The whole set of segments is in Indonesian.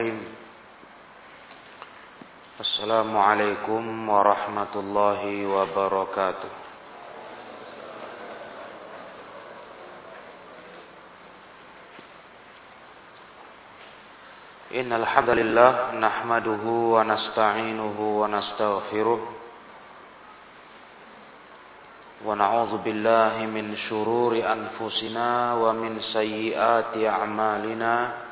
Assalamualaikum warahmatullahi wabarakatuh. Innal hamdalillah nahmaduhu wa nasta'inuhu wa nastaghfiruh wa na'udzu billahi min shururi anfusina wa min sayyiati a'malina.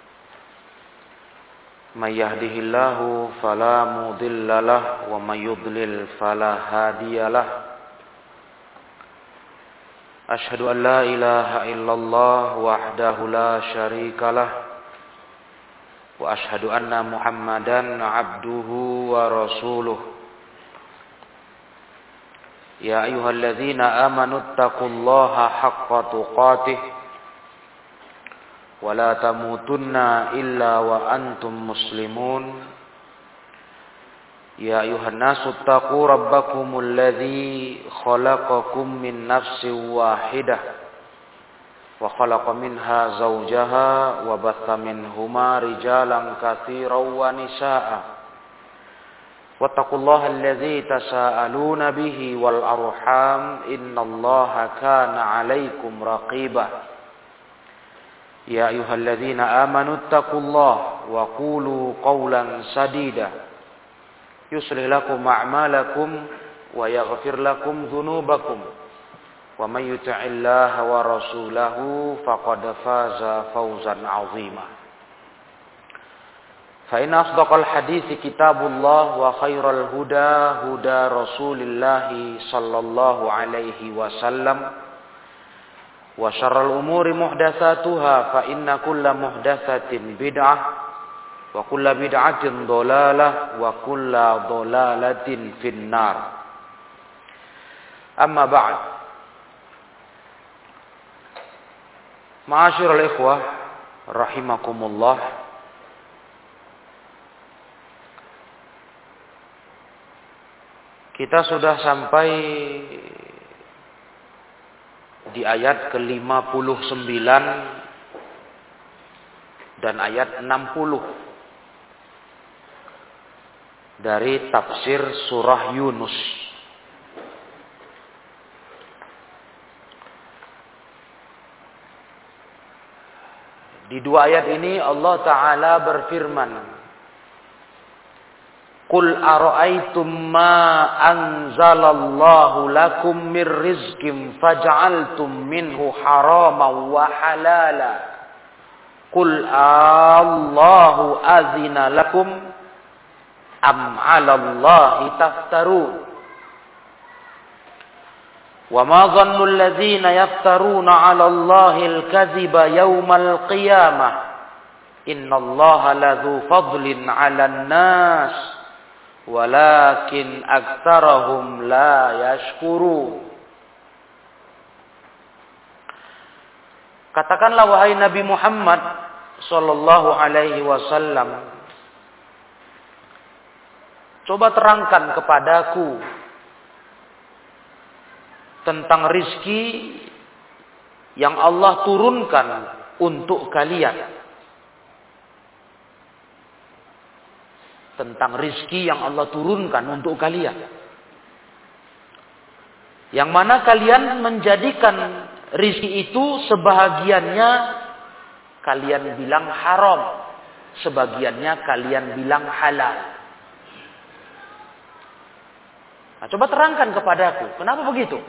Man yahdihillahu fala mudilla lahu wa may yudlil fala hadiyalah. Asyhadu an la ilaha illallah wahdahu la syarikalah wa asyhadu anna Muhammadan abduhu wa rasuluh. Ya ayyuhalladzina amanu taqullaha haqqa tuqatih wa la tamutunna illa wa antum muslimun. Ya ayyuhan nasu taqu rabbakumul ladzi khalaqakum min nafsin wahidah wa khalaqa minha zawjaha wa batha minhuma rijalan katsiran wa nisaa'a. Wattaqullaha alladzi tasaaluna bihi wal arham innallaha kana 'alaikum raqiba. Ya ayyuhalladzina amanu taqullaha wa qulu qawlan sadida yuslih lakum a'malakum wa yaghfir lakum dhunubakum wa may yuti'illaha wa rasulahu faqad faza fawzan 'azima. Fa inna asdaqal hadithi kitabullah wa khairal huda huda Rasulillah sallallahu alaihi wasallam. Wa syarrul umuri muhdatsatuha fa inna kulla muhdatsatin bid'ah wa kulla bid'atin dhalalah wa kulla dhalalatin finnar. Amma ba'd. Ma'asyiral ikhwah rahimakumullah. Kita sudah sampai di ayat ke-59 dan ayat 60 dari tafsir surah Yunus. Di dua ayat ini Allah Ta'ala berfirman, Qul ara'aytum ma anzalallahu lakum mir rizqin faj'altum minhu haraman wa halala. Qul Allahu azina lakum am 'alallahi taftarun. Wa ma dhannu alladhina yaftaruna 'alallahi al-kadhiba yawmal qiyamah. Innallaha ladzu fadlin 'alan nas. Walakin aktsarahum la yashkurun. Katakanlah wahai Nabi Muhammad sallallahu alaihi wasallam, coba terangkan kepadaku tentang rizki yang Allah turunkan untuk kalian. Tentang rizki yang Allah turunkan untuk kalian. Yang mana kalian menjadikan rizki itu sebahagiannya kalian bilang haram. Sebagiannya kalian bilang halal. Nah, coba terangkan kepadaku, kenapa begitu?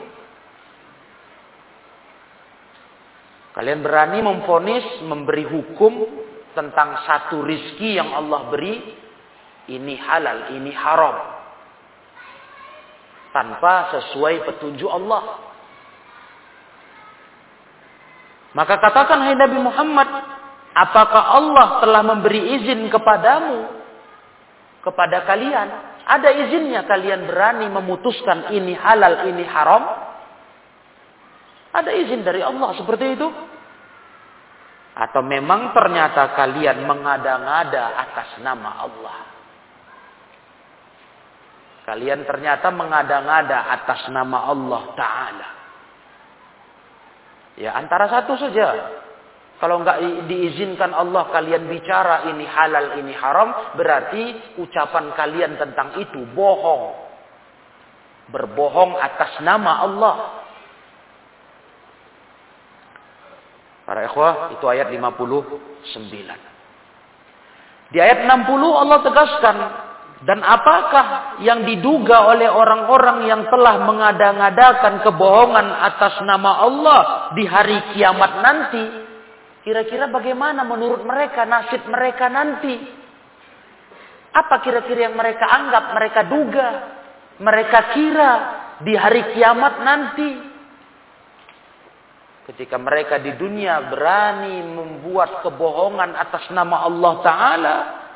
Kalian berani memvonis, memberi hukum tentang satu rizki yang Allah beri, ini halal, ini haram, tanpa sesuai petunjuk Allah. Maka katakan hai Nabi Muhammad, apakah Allah telah memberi izin kepadamu, kepada kalian? Ada izinnya kalian berani memutuskan ini halal, ini haram? Ada izin dari Allah seperti itu? Atau memang ternyata kalian mengada-ngada atas nama Allah? Kalian ternyata mengada-ngada atas nama Allah Ta'ala. Ya, antara satu saja. Kalau nggak diizinkan Allah kalian bicara ini halal, ini haram, berarti ucapan kalian tentang itu bohong. Berbohong atas nama Allah. Para ikhwah, itu ayat 59. Di ayat 60 Allah tegaskan, dan apakah yang diduga oleh orang-orang yang telah mengada-ngadakan kebohongan atas nama Allah di hari kiamat nanti? Kira-kira bagaimana menurut mereka nasib mereka nanti? Apa kira-kira yang mereka anggap, mereka duga, mereka kira di hari kiamat nanti? Ketika mereka di dunia berani membuat kebohongan atas nama Allah Ta'ala,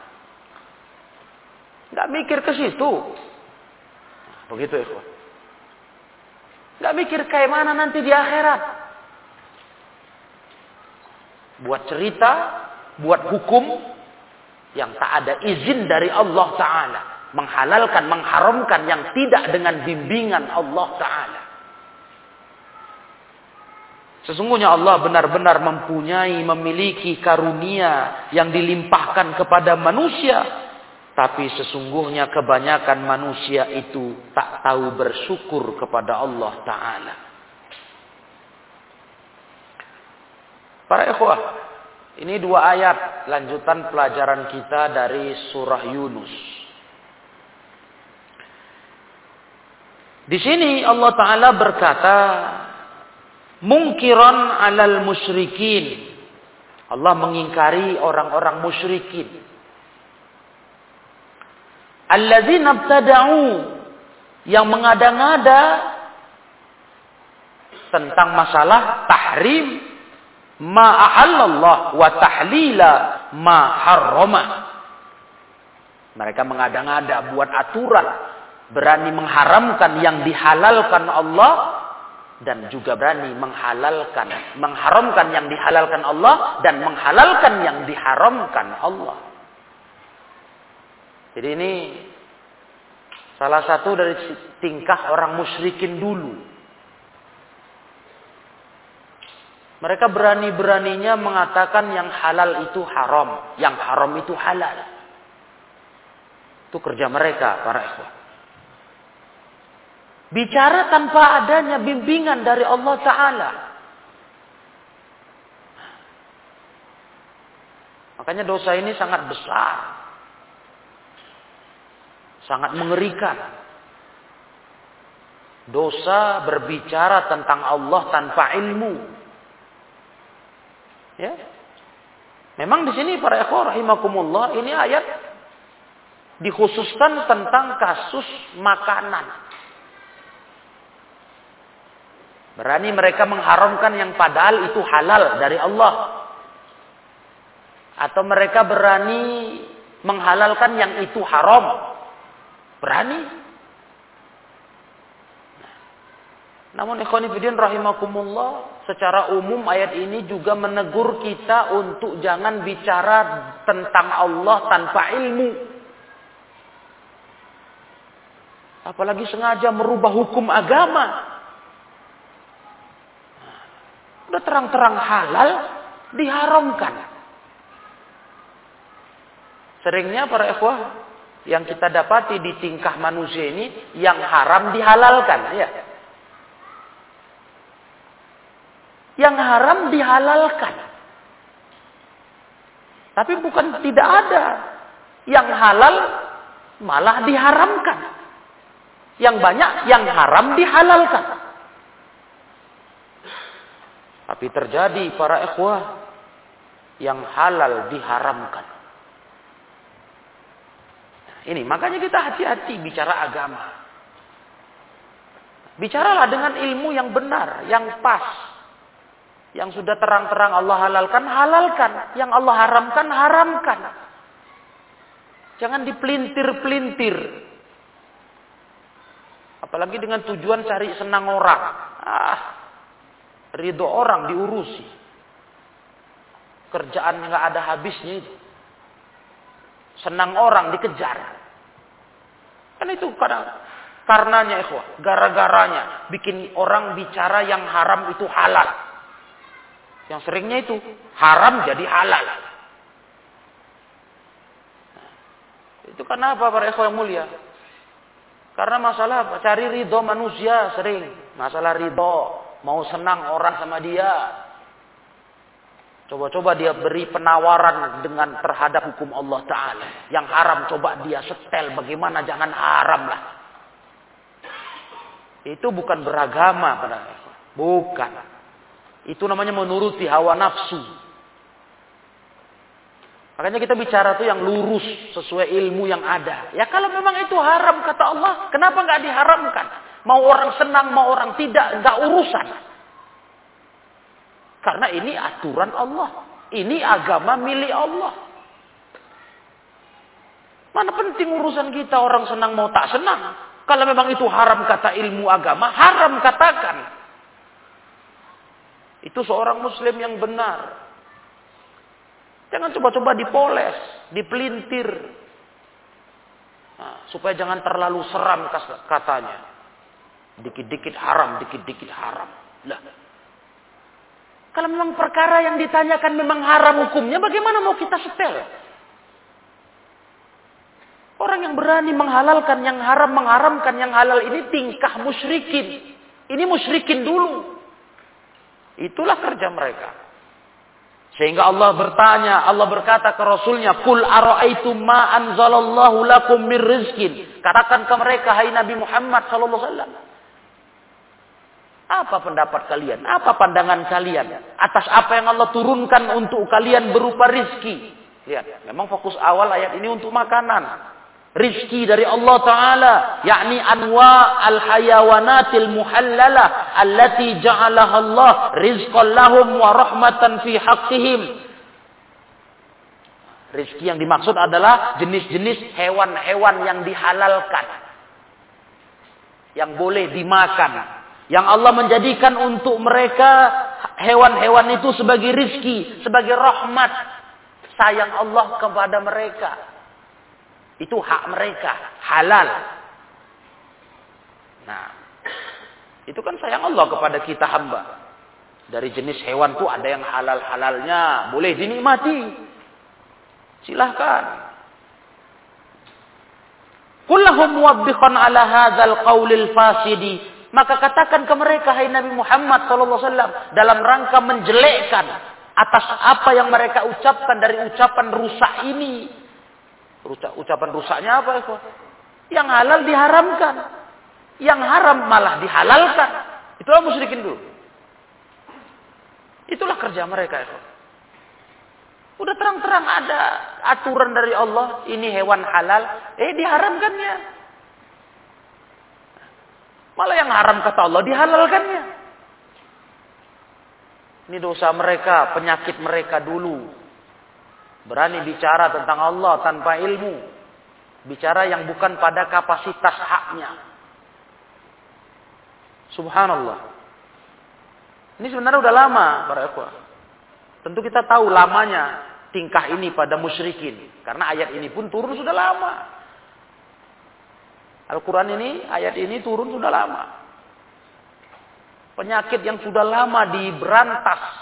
nggak mikir ke situ. Begitu ya, nggak mikir kayak mana nanti di akhirat. Buat cerita, buat hukum yang tak ada izin dari Allah Ta'ala. Menghalalkan, mengharamkan yang tidak dengan bimbingan Allah Ta'ala. Sesungguhnya Allah benar-benar memiliki karunia yang dilimpahkan kepada manusia. Tapi sesungguhnya kebanyakan manusia itu tak tahu bersyukur kepada Allah Ta'ala. Para ikhwah, ini 2 ayat lanjutan pelajaran kita dari surah Yunus. Di sini Allah Ta'ala berkata, mungkiran alal musyrikin. Allah mengingkari orang-orang musyrikin. Alladzina ibtada'u, yang mengada-ngada tentang masalah tahrim ma ahallallah wa tahlila ma harrama. Mereka mengada-ngada buat aturan, berani mengharamkan yang dihalalkan Allah dan juga berani mengharamkan yang dihalalkan Allah dan menghalalkan yang diharamkan Allah. Jadi ini salah satu dari tingkah orang musyrikin dulu. Mereka berani-beraninya mengatakan yang halal itu haram, yang haram itu halal. Itu kerja mereka, para ikhwan. Bicara tanpa adanya bimbingan dari Allah Ta'ala. Makanya dosa ini sangat besar. Sangat mengerikan. Dosa berbicara tentang Allah tanpa ilmu. Ya. Memang di sini para ikhwah rahimakumullah, ini ayat dikhususkan tentang kasus makanan. Berani mereka mengharamkan yang padahal itu halal dari Allah. Atau mereka berani menghalalkan yang itu haram. Berani. Namun ikhwan fillah rahimakumullah, secara umum ayat ini juga menegur kita untuk jangan bicara tentang Allah tanpa ilmu. Apalagi sengaja merubah hukum agama. Udah terang-terang halal, diharamkan. Seringnya para ikhwah, yang kita dapati di tingkah manusia ini, yang haram dihalalkan. Ya. Yang haram dihalalkan. Tapi bukan tidak ada. Yang halal malah diharamkan. Yang banyak yang haram dihalalkan. Tapi terjadi para ikhwah, yang halal diharamkan. Ini makanya kita hati-hati bicara agama. Bicaralah dengan ilmu yang benar, yang pas. Yang sudah terang-terang Allah halalkan, halalkan. Yang Allah haramkan, haramkan. Jangan dipelintir-pelintir. Apalagi dengan tujuan cari senang orang. Ridho orang diurusi. Kerjaan nggak ada habisnya itu. Senang orang dikejar. Kan itu karenanya ikhwah. Gara-garanya bikin orang bicara yang haram itu halal. Yang seringnya itu haram jadi halal. Itu kenapa para ikhwan yang mulia? Karena masalah apa? Cari ridho manusia sering. Masalah ridho, mau senang orang sama dia. Coba-coba dia beri penawaran dengan terhadap hukum Allah Ta'ala. Yang haram coba dia setel. Bagaimana jangan haram lah. Itu bukan beragama para ikhwan. Bukan. Itu namanya menuruti hawa nafsu. Makanya kita bicara tuh yang lurus sesuai ilmu yang ada. Ya kalau memang itu haram kata Allah, kenapa nggak diharamkan? Mau orang senang, mau orang tidak, nggak urusan. Karena ini aturan Allah. Ini agama milik Allah. Mana penting urusan kita orang senang mau tak senang. Kalau memang itu haram kata ilmu agama, haram katakan. Itu seorang muslim yang benar. Jangan coba-coba dipoles, dipelintir. Nah, supaya jangan terlalu seram katanya. Dikit-dikit haram, dikit-dikit haram. Lah. Kalau memang perkara yang ditanyakan memang haram hukumnya, bagaimana mau kita setel? Orang yang berani menghalalkan yang haram, mengharamkan yang halal ini tingkah musyrikin. Ini musyrikin dulu. Itulah kerja mereka. Sehingga Allah bertanya, Allah berkata ke Rasulnya, "Qul ara'aitum ma anzalallahu lakum mir rizqin." Katakan ke mereka, hai Nabi Muhammad sallallahu alaihi wasallam. Apa pendapat kalian? Apa pandangan kalian atas apa yang Allah turunkan untuk kalian berupa rizki? Lihat, memang fokus awal ayat ini untuk makanan. Rizki dari Allah Ta'ala, yakni anwa al-hayawanatil muhallalah allati ja'alaha Allah rizqan lahum wa rahmatan fi haqqihim. Rizki yang dimaksud adalah jenis-jenis hewan-hewan yang dihalalkan, yang boleh dimakan, yang Allah menjadikan untuk mereka hewan-hewan itu sebagai rizki, sebagai rahmat sayang Allah kepada mereka. Itu hak mereka, halal. Nah, itu kan sayang Allah kepada kita hamba. Dari jenis hewan itu ada yang halal-halalnya, boleh dinikmati. Silahkan. Kullahum muwabbiqan ala hadzal qaulil fasidi. Maka katakan ke mereka, hai Nabi Muhammad sallallahu alaihi wasallam, dalam rangka menjelekkan atas apa yang mereka ucapkan dari ucapan rusak ini. Ucapan rusaknya apa itu? Yang halal diharamkan, yang haram malah dihalalkan. Itulah musyrikin dulu. Itulah kerja mereka itu. Udah terang-terang ada aturan dari Allah, ini hewan halal, diharamkannya. Malah yang haram kata Allah dihalalkannya. Ini dosa mereka, penyakit mereka dulu. Berani bicara tentang Allah tanpa ilmu. Bicara yang bukan pada kapasitas haknya. Subhanallah. Ini sebenarnya udah lama para ikhwah. Tentu kita tahu lamanya tingkah ini pada musyrikin. Karena ayat ini pun turun sudah lama. Al-Quran ini, ayat ini turun sudah lama. Penyakit yang sudah lama diberantas.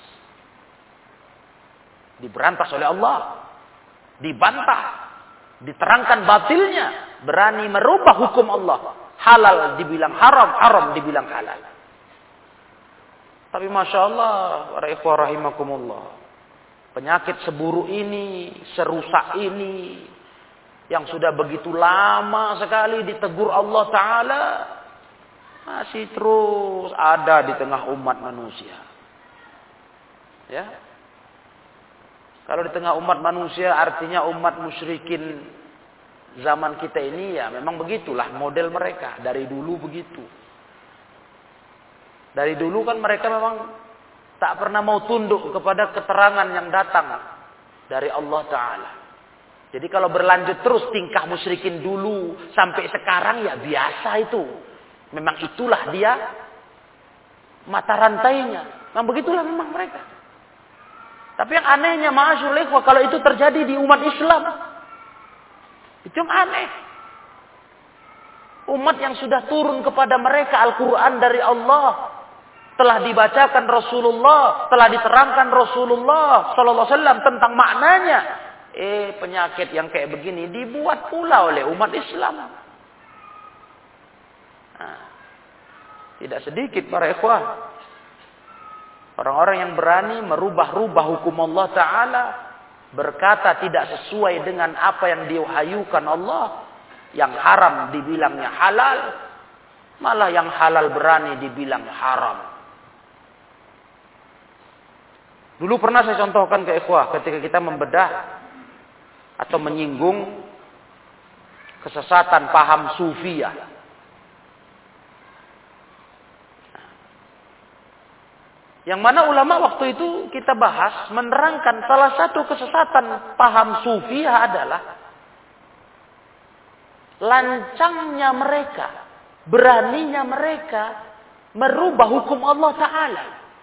Diberantas oleh Allah, dibantah, diterangkan batilnya, berani merubah hukum Allah. Halal dibilang haram, haram dibilang halal. Tapi Masya Allah, para ikhwah rahimakumullah, penyakit seburuk ini, serusak ini, yang sudah begitu lama sekali ditegur Allah Ta'ala, masih terus ada di tengah umat manusia. Ya. Kalau di tengah umat manusia artinya umat musyrikin zaman kita ini ya memang begitulah model mereka. Dari dulu begitu. Dari dulu kan mereka memang tak pernah mau tunduk kepada keterangan yang datang dari Allah Ta'ala. Jadi kalau berlanjut terus tingkah musyrikin dulu sampai sekarang ya biasa itu. Memang itulah dia mata rantainya. Memang begitulah memang mereka. Tapi yang anehnya ma'asyurul ikhwah, kalau itu terjadi di umat Islam, itu yang aneh. Umat yang sudah turun kepada mereka Al-Quran dari Allah, telah dibacakan Rasulullah, telah diterangkan Rasulullah sallallahu alaihi wasallam tentang maknanya. Penyakit yang kayak begini dibuat pula oleh umat Islam. Nah, tidak sedikit para ikhwah orang-orang yang berani merubah-rubah hukum Allah Ta'ala, berkata tidak sesuai dengan apa yang diwahyukan Allah, yang haram dibilangnya halal, malah yang halal berani dibilang haram. Dulu pernah saya contohkan ke ikhwah ketika kita membedah atau menyinggung kesesatan paham sufiyah. Yang mana ulama waktu itu kita bahas menerangkan salah satu kesesatan paham sufiyah adalah lancangnya mereka, beraninya mereka merubah hukum Allah Ta'ala.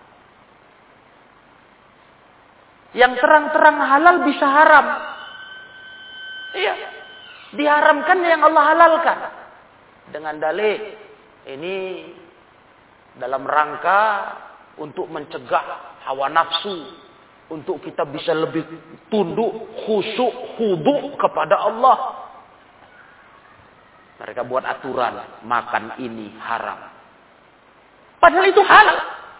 Yang terang-terang halal bisa haram. Iya, diharamkan yang Allah halalkan. Dengan dalil ini dalam rangka untuk mencegah hawa nafsu, untuk kita bisa lebih tunduk, khusyuk, khudu kepada Allah. Mereka buat aturan, makan ini haram. Padahal itu halal.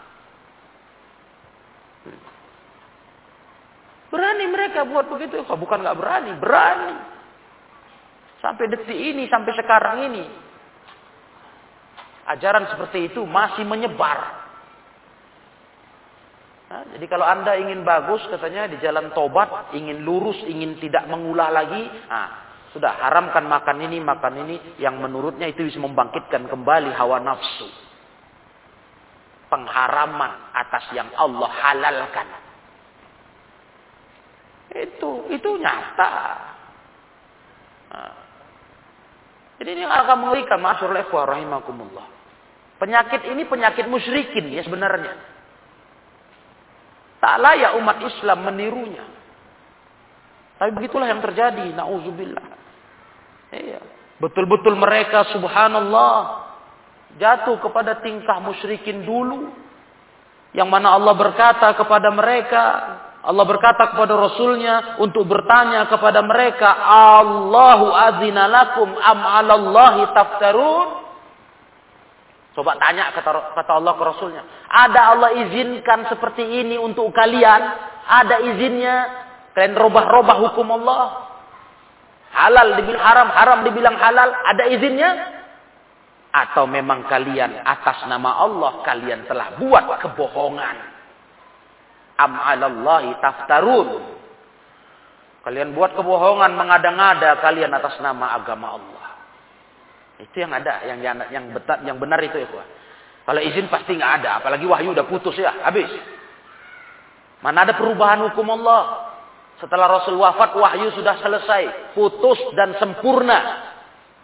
Berani mereka buat begitu. Bukan nggak berani, berani. Sampai detik ini, sampai sekarang ini, ajaran seperti itu masih menyebar. Nah, jadi kalau Anda ingin bagus, katanya di jalan tobat, ingin lurus, ingin tidak mengulah lagi, sudah haramkan makan ini, yang menurutnya itu bisa membangkitkan kembali hawa nafsu. Pengharaman atas yang Allah halalkan. Itu nyata. Nah, jadi ini akan mengerikan, ma'asyiral ikhwah rahimakumullah. Penyakit ini penyakit musyrikin ya sebenarnya. Tak layak umat Islam menirunya. Tapi begitulah yang terjadi, na'udzubillah. Iya, betul-betul mereka subhanallah jatuh kepada tingkah musyrikin dulu. Yang mana Allah berkata kepada mereka, Allah berkata kepada Rasulnya untuk bertanya kepada mereka, Allahu azina lakum am 'alallahi taftarun. Coba tanya kata Allah ke Rasulnya, ada Allah izinkan seperti ini untuk kalian? Ada izinnya? Kalian robah-robah hukum Allah? Halal dibilang haram, haram dibilang halal, ada izinnya? Atau memang kalian atas nama Allah kalian telah buat kebohongan? Am 'alallahi taftarun. Kalian buat kebohongan, mengada-ngada kalian atas nama agama Allah. Itu yang ada, yang benar itu ya. Kalau izin pasti nggak ada, apalagi wahyu udah putus ya, habis. Mana ada perubahan hukum Allah? Setelah Rasul wafat, wahyu sudah selesai, putus dan sempurna.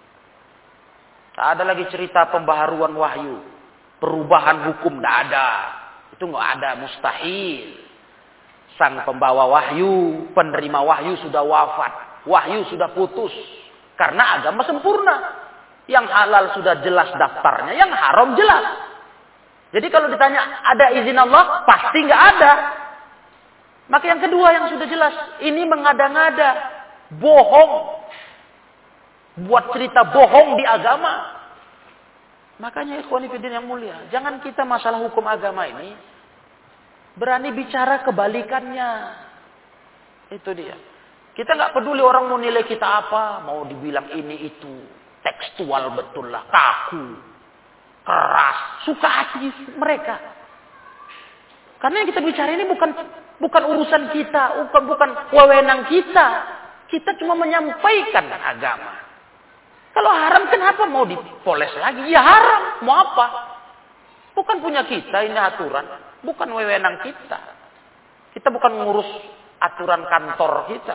Tak ada lagi cerita pembaharuan wahyu, perubahan hukum nggak ada. Itu nggak ada, mustahil. Sang pembawa wahyu, penerima wahyu sudah wafat, wahyu sudah putus. Karena agama sempurna. Yang halal sudah jelas daftarnya, yang haram jelas. Jadi kalau ditanya ada izin Allah, pasti nggak ada. Maka yang kedua yang sudah jelas, ini mengada-ngada, bohong, buat cerita bohong di agama. Makanya ikhwan fillah yang mulia, jangan kita masalah hukum agama ini berani bicara kebalikannya. Itu dia. Kita nggak peduli orang mau nilai kita apa, mau dibilang ini itu, tekstual betul lah, kaku, keras, suka hati mereka. Karena yang kita bicara ini bukan urusan kita, bukan wewenang kita. Kita cuma menyampaikan agama. Kalau haram kenapa mau dipoles lagi? Ya haram, mau apa? Bukan punya kita ini aturan, bukan wewenang kita. Kita bukan ngurus aturan kantor kita.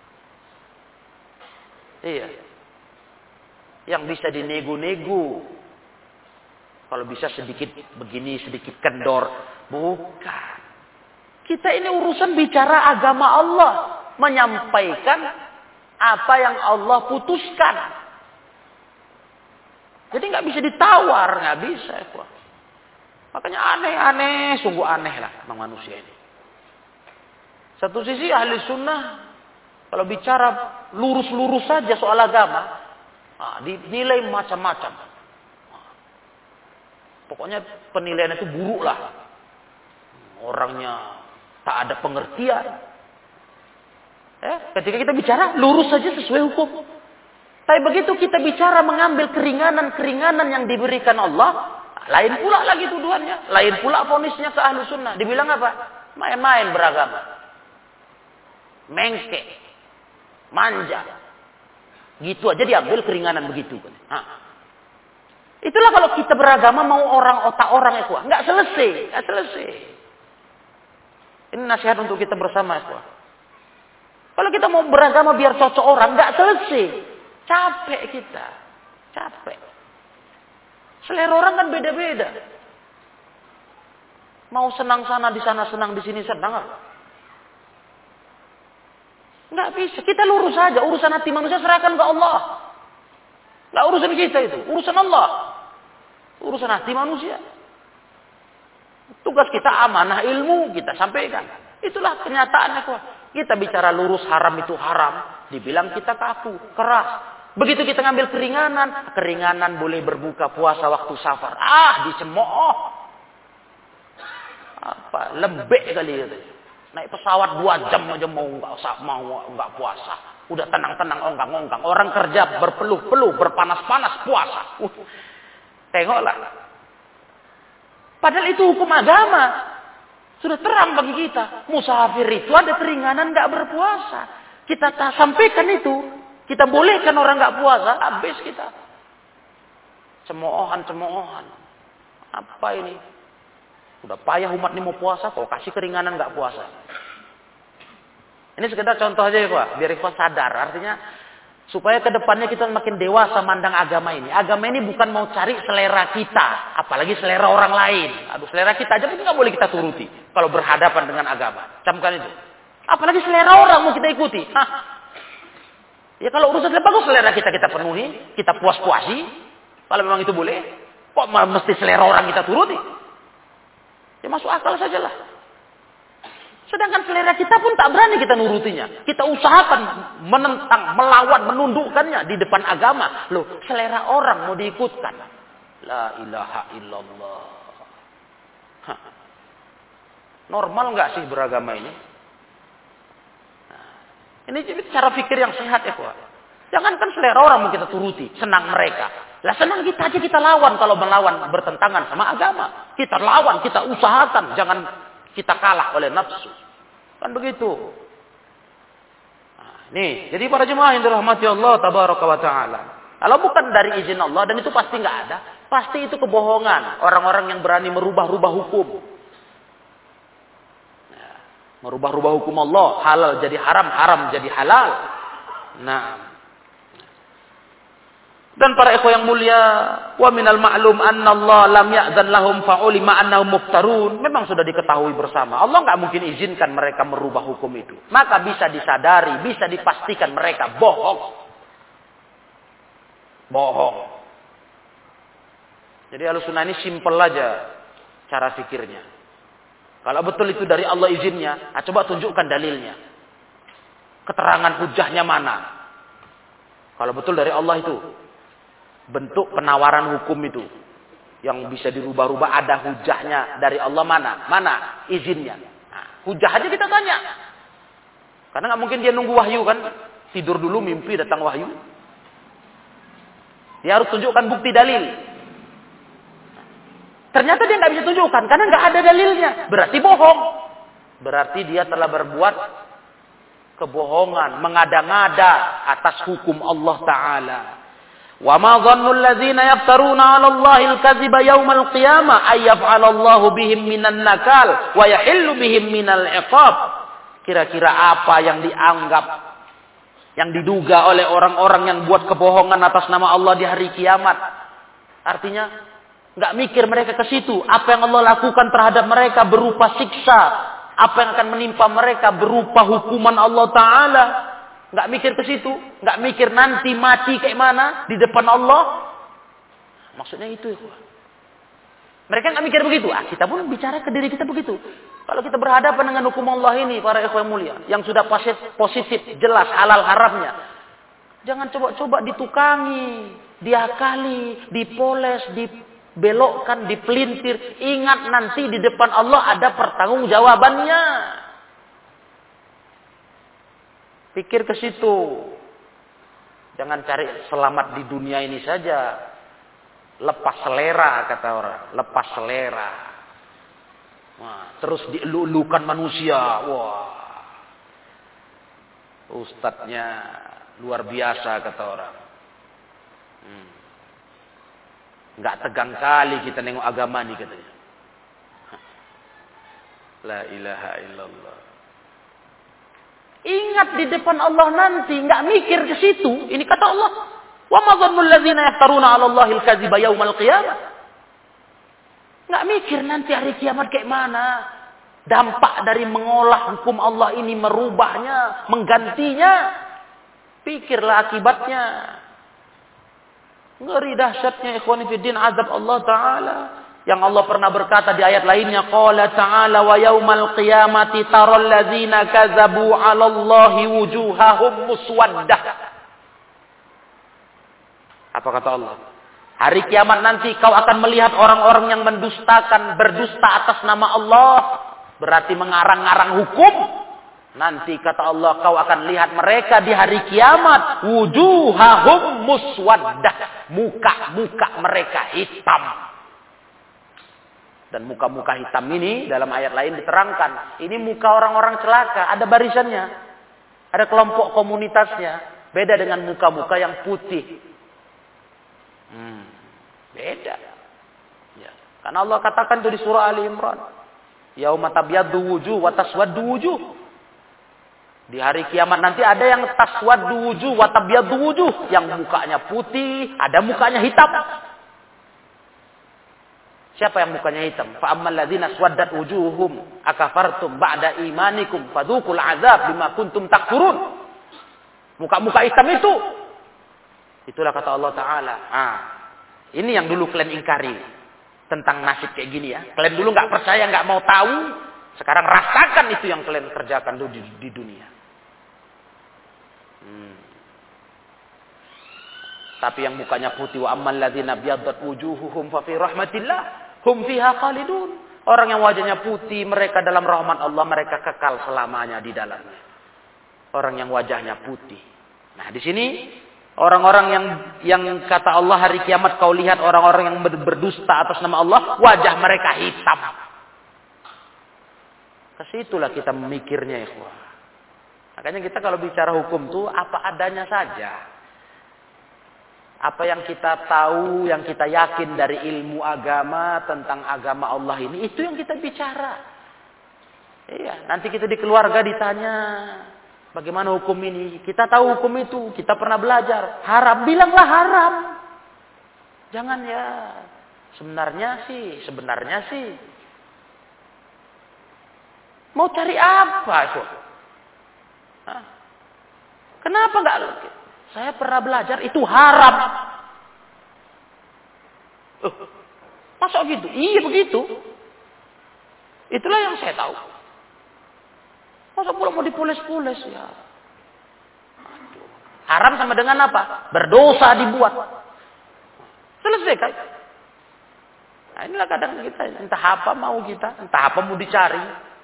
Iya. Yang bisa dinego-nego. Kalau bisa sedikit begini, sedikit kendor. Bukan. Kita ini urusan bicara agama Allah. Menyampaikan apa yang Allah putuskan. Jadi nggak bisa ditawar, nggak bisa. Makanya aneh-aneh, sungguh aneh lah memang manusia ini. Satu sisi ahli sunnah, kalau bicara lurus-lurus saja soal agama, dinilai macam-macam. Pokoknya penilaian itu buruk lah. Orangnya tak ada pengertian. Ketika kita bicara, lurus saja sesuai hukum. Tapi begitu kita bicara mengambil keringanan-keringanan yang diberikan Allah, lain pula lagi tuduhannya. Lain pula vonisnya ke ahlu sunnah. Dibilang apa? Main-main beragama. Mengke. Manja. Gitu aja diambil keringanan begitu. Itulah kalau kita beragama mau orang otak orang ya. Nggak selesai. Ini nasihat untuk kita bersama ya. Kalau kita mau beragama biar cocok orang, nggak selesai. Capek kita. Selera orang kan beda-beda. Mau senang sana di sana senang di sini senang. Nggak bisa. Kita lurus saja. Urusan hati manusia serahkan ke Allah. Nggak urusan kita itu. Urusan Allah. Urusan hati manusia. Tugas kita amanah ilmu kita sampaikan. Itulah kenyataannya. Kita bicara lurus haram itu haram. Dibilang kita kaku, keras. Begitu kita ngambil keringanan boleh berbuka puasa waktu safar. Dicemooh. Lembek kali itu. Naik pesawat 2 jam aja mau enggak puasa. Udah tenang-tenang ongkang-ongkang. Orang kerja berpeluh-peluh, berpanas-panas puasa. Tengoklah. Padahal itu hukum agama. Sudah terang bagi kita. Musafir itu ada keringanan enggak berpuasa. Kita sampaikan itu. Kita bolehkan orang enggak puasa. Habis kita. Cemoohan. Apa ini? Udah payah umat ini mau puasa. Kok kasih keringanan enggak puasa. Ini sekedar contoh aja ya Pak. Biar Ikhwan sadar. Artinya supaya ke depannya kita makin dewasa mandang agama ini. Agama ini bukan mau cari selera kita. Apalagi selera orang lain. Selera kita aja pun nggak boleh kita turuti. Kalau berhadapan dengan agama. Camkan itu. Apalagi selera orang mau kita ikuti. Ya kalau urusan bagus selera kita penuhi. Kita puas-puasi. Kalau memang itu boleh. Kok mesti selera orang kita turuti? Ya masuk akal sajalah. Sedangkan selera kita pun tak berani kita nurutinya. Kita usahakan menentang, melawan, menundukkannya di depan agama. Loh, selera orang mau diikutkan. La ilaha illallah. Normal nggak sih beragama ini? Ini cara pikir yang sehat ya Pak. Jangankan selera orang mau kita turuti, senang mereka. Lah senang kita aja kita lawan kalau melawan bertentangan sama agama. Kita lawan, kita usahakan, jangan kita kalah oleh nafsu. Kan begitu. Nih, jadi para jemaah yang dirahmati Allah tabaraka wa taala. Kalau bukan dari izin Allah dan itu pasti enggak ada, pasti itu kebohongan orang-orang yang berani merubah-rubah hukum. Merubah-rubah hukum Allah, halal jadi haram, haram jadi halal. Nah, dan para ikhwah yang mulia, wa minal ma'lum anna Allah lam ya'zan lahum fa'ulima annahum muftarun. Memang sudah diketahui bersama. Allah enggak mungkin izinkan mereka merubah hukum itu. Maka bisa disadari, bisa dipastikan mereka bohong. Bohong. Jadi Ahlussunnah ini simpel aja cara fikirnya. Kalau betul itu dari Allah izinnya, coba tunjukkan dalilnya. Keterangan hujahnya mana? Kalau betul dari Allah itu, bentuk penawaran hukum itu yang bisa dirubah-rubah ada hujahnya dari Allah mana izinnya. Hujah aja kita tanya, karena nggak mungkin dia nunggu wahyu kan, tidur dulu mimpi datang wahyu. Dia harus tunjukkan bukti dalil. Ternyata dia nggak bisa tunjukkan karena nggak ada dalilnya, berarti bohong. Berarti dia telah berbuat kebohongan, mengada-ngada atas hukum Allah Taala. Wa ma dhannu alladhina yaftaruna 'ala Allahi al-kadhiba yawmal qiyamah ay yaf'ala Allahu bihim minan nakal wa yahillu bihim minal 'iqab. Kira-kira apa yang dianggap, yang diduga oleh orang-orang yang buat kebohongan atas nama Allah di hari kiamat? Artinya enggak mikir mereka ke situ. Apa yang Allah lakukan terhadap mereka berupa siksa, apa yang akan menimpa mereka berupa hukuman Allah Taala. Nggak mikir ke situ, nggak mikir nanti mati kayak mana di depan Allah. Maksudnya itu. Mereka nggak mikir begitu. Kita pun bicara ke diri kita begitu. Kalau kita berhadapan dengan hukum Allah ini, para ikhwan mulia, yang sudah positif, jelas halal haramnya, jangan coba-coba ditukangi, diakali, dipoles, dibelokkan, dipelintir. Ingat nanti di depan Allah ada pertanggungjawabannya. Pikir ke situ. Jangan cari selamat di dunia ini saja. Lepas selera, kata orang. Lepas selera. Wah, terus dielu-elukan manusia. Wah. Ustadznya luar biasa, kata orang. Nggak tegang kali kita nengok agama nih, katanya. La ilaha illallah. Ingat di depan Allah nanti, nggak mikir ke situ. Ini kata Allah, wa ma dhannul ladzina yaftaruna 'ala Allahil kadziba yaumal qiyamah. Nggak mikir nanti hari kiamat kayak mana. Dampak dari mengolah hukum Allah ini, merubahnya, menggantinya. Pikirlah akibatnya. Ngeri dahsyatnya ikhwan fillah azab Allah Ta'ala. Yang Allah pernah berkata di ayat lainnya, qala ta'ala wa yaumal qiyamati taral ladzina kadzabu 'ala Allahi wujuhahum muswaddah. Apa kata Allah? Hari kiamat nanti kau akan melihat orang-orang yang berdusta atas nama Allah, berarti mengarang-arang hukum. Nanti kata Allah, kau akan lihat mereka di hari kiamat, wujuhahum muswaddah, muka-muka mereka hitam. Dan muka-muka hitam ini dalam ayat lain diterangkan, ini muka orang-orang celaka, ada barisannya, ada kelompok komunitasnya, beda dengan muka-muka yang putih. Beda. Ya. Karena Allah katakan itu di surah Ali Imran, yauma tabyaddu wujuh wa taswaddu wujuh. Di hari kiamat nanti ada yang taswaddu wujuh wa tabyaddu wujuh, yang mukanya putih, ada mukanya hitam. Siapa yang mukanya hitam? Fa ammal ladzina aswaddat wujuhum akafartum ba'da imanikum fadzuqul azab bima kuntum takfurun. Muka-muka hitam itu. Itulah kata Allah Ta'ala. Ini yang dulu kalian ingkari tentang nasib kayak gini ya. Kalian dulu nggak percaya, nggak mau tahu. Sekarang rasakan itu yang kalian kerjakan dulu di dunia. Tapi yang mukanya putih, wa ammal ladzina biyaddat wujuhuhum fa fi rahmatillah hum fiha khalidun. Orang yang wajahnya putih, mereka dalam rahmat Allah, mereka kekal selamanya di dalamnya. Orang yang wajahnya putih. Nah, di sini orang-orang yang kata Allah hari kiamat kau lihat orang-orang yang berdusta atas nama Allah, wajah mereka hitam. Kesitulah kita memikirnya, ikhwah. Makanya kita kalau bicara hukum tuh apa adanya saja. Apa yang kita tahu, yang kita yakin dari ilmu agama tentang agama Allah ini, itu yang kita bicara. Iya, nanti kita di keluarga ditanya, bagaimana hukum ini? Kita tahu hukum itu, kita pernah belajar. Haram, bilanglah haram. Jangan ya, sebenarnya sih. Mau cari apa itu? Kenapa enggak? Saya pernah belajar itu haram. Masa gitu? Iya begitu. Itulah yang saya tahu. Masa pula mau dipules-pules ya? Aduh. Haram sama dengan apa? Berdosa dibuat. Selesai kan? Nah inilah kadang kita, entah apa mau kita, entah apa mau dicari.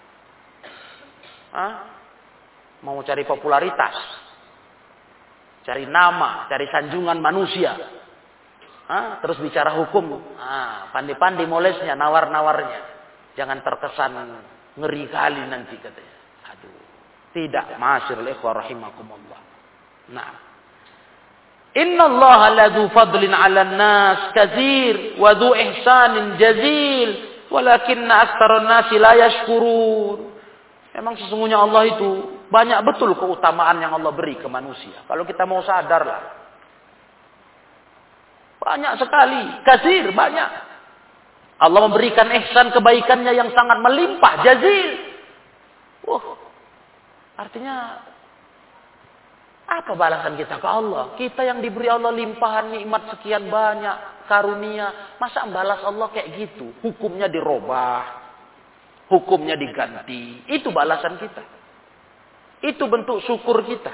Mau cari popularitas. Cari nama, cari sanjungan manusia. Terus bicara hukum. Pandai-pandai molesnya, nawar-nawarnya. Jangan terkesan ngeri kali nanti katanya. Aduh. Tidak. Ma'asyiral ikhwah rahimakumullah. Nah. Innallaha ladzu fadlin 'alan nas katsir wa dzu ihsanin jazil walakinna aktsarun nasi la yashkurun. Memang sesungguhnya Allah itu banyak betul keutamaan yang Allah beri ke manusia. Kalau kita mau sadarlah. Banyak sekali. Kasir, banyak. Allah memberikan ihsan kebaikannya yang sangat melimpah. Jazil. Artinya, apa balasan kita ke Allah? Kita yang diberi Allah limpahan nikmat sekian banyak. karunia. Masa balas Allah kayak gitu? Hukumnya dirubah. Hukumnya diganti. Itu balasan kita. Itu bentuk syukur kita.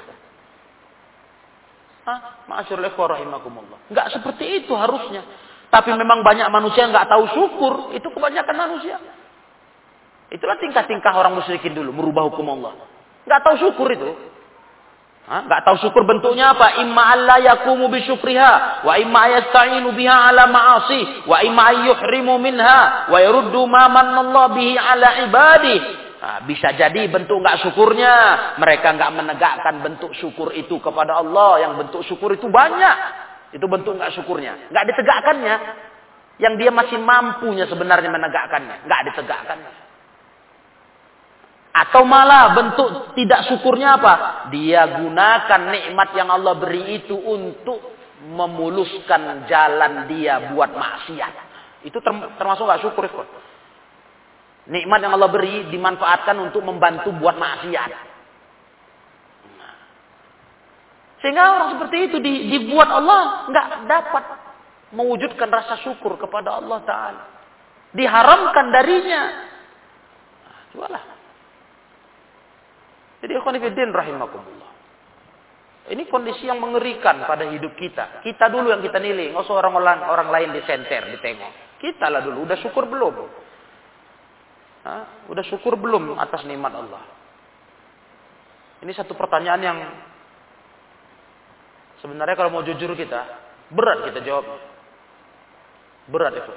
Ma'asyurul ikhwah rahimakumullah. Enggak seperti itu harusnya. Tapi memang banyak manusia enggak tahu syukur. Itu kebanyakan manusia. Itulah tingkah-tingkah orang musyrikin dulu. Merubah hukum Allah. Enggak tahu syukur itu. Enggak tahu syukur bentuknya apa? Imma alla yakumu bisyukriha. Wa imma yasta'inu biha ala ma'asi. Wa imma yuhrimu minha. Wa yuruddu ma manallahu bihi ala ibadih. Bisa jadi bentuk enggak syukurnya. Mereka enggak menegakkan bentuk syukur itu kepada Allah. Yang bentuk syukur itu banyak. Itu bentuk enggak syukurnya. Enggak ditegakkannya. Yang dia masih mampunya sebenarnya menegakkannya. Enggak ditegakkannya. Atau malah bentuk tidak syukurnya apa? Dia gunakan nikmat yang Allah beri itu untuk memuluskan jalan dia buat maksiat. Itu termasuk enggak syukur, ikhwan. Nikmat yang Allah beri dimanfaatkan untuk membantu buat maksiat. Sehingga orang seperti itu dibuat Allah nggak dapat mewujudkan rasa syukur kepada Allah Ta'ala. Diharamkan darinya. Itulah. Jadi ikhwan fillah rahimakumullah. Ini kondisi yang mengerikan pada hidup kita. Kita dulu yang kita nilai. Nggak usah orang lain disenter, ditengok. Kita lah dulu. Udah syukur belum? Udah syukur belum atas nikmat Allah? Ini satu pertanyaan yang sebenarnya kalau mau jujur kita, berat kita jawab. Berat itu.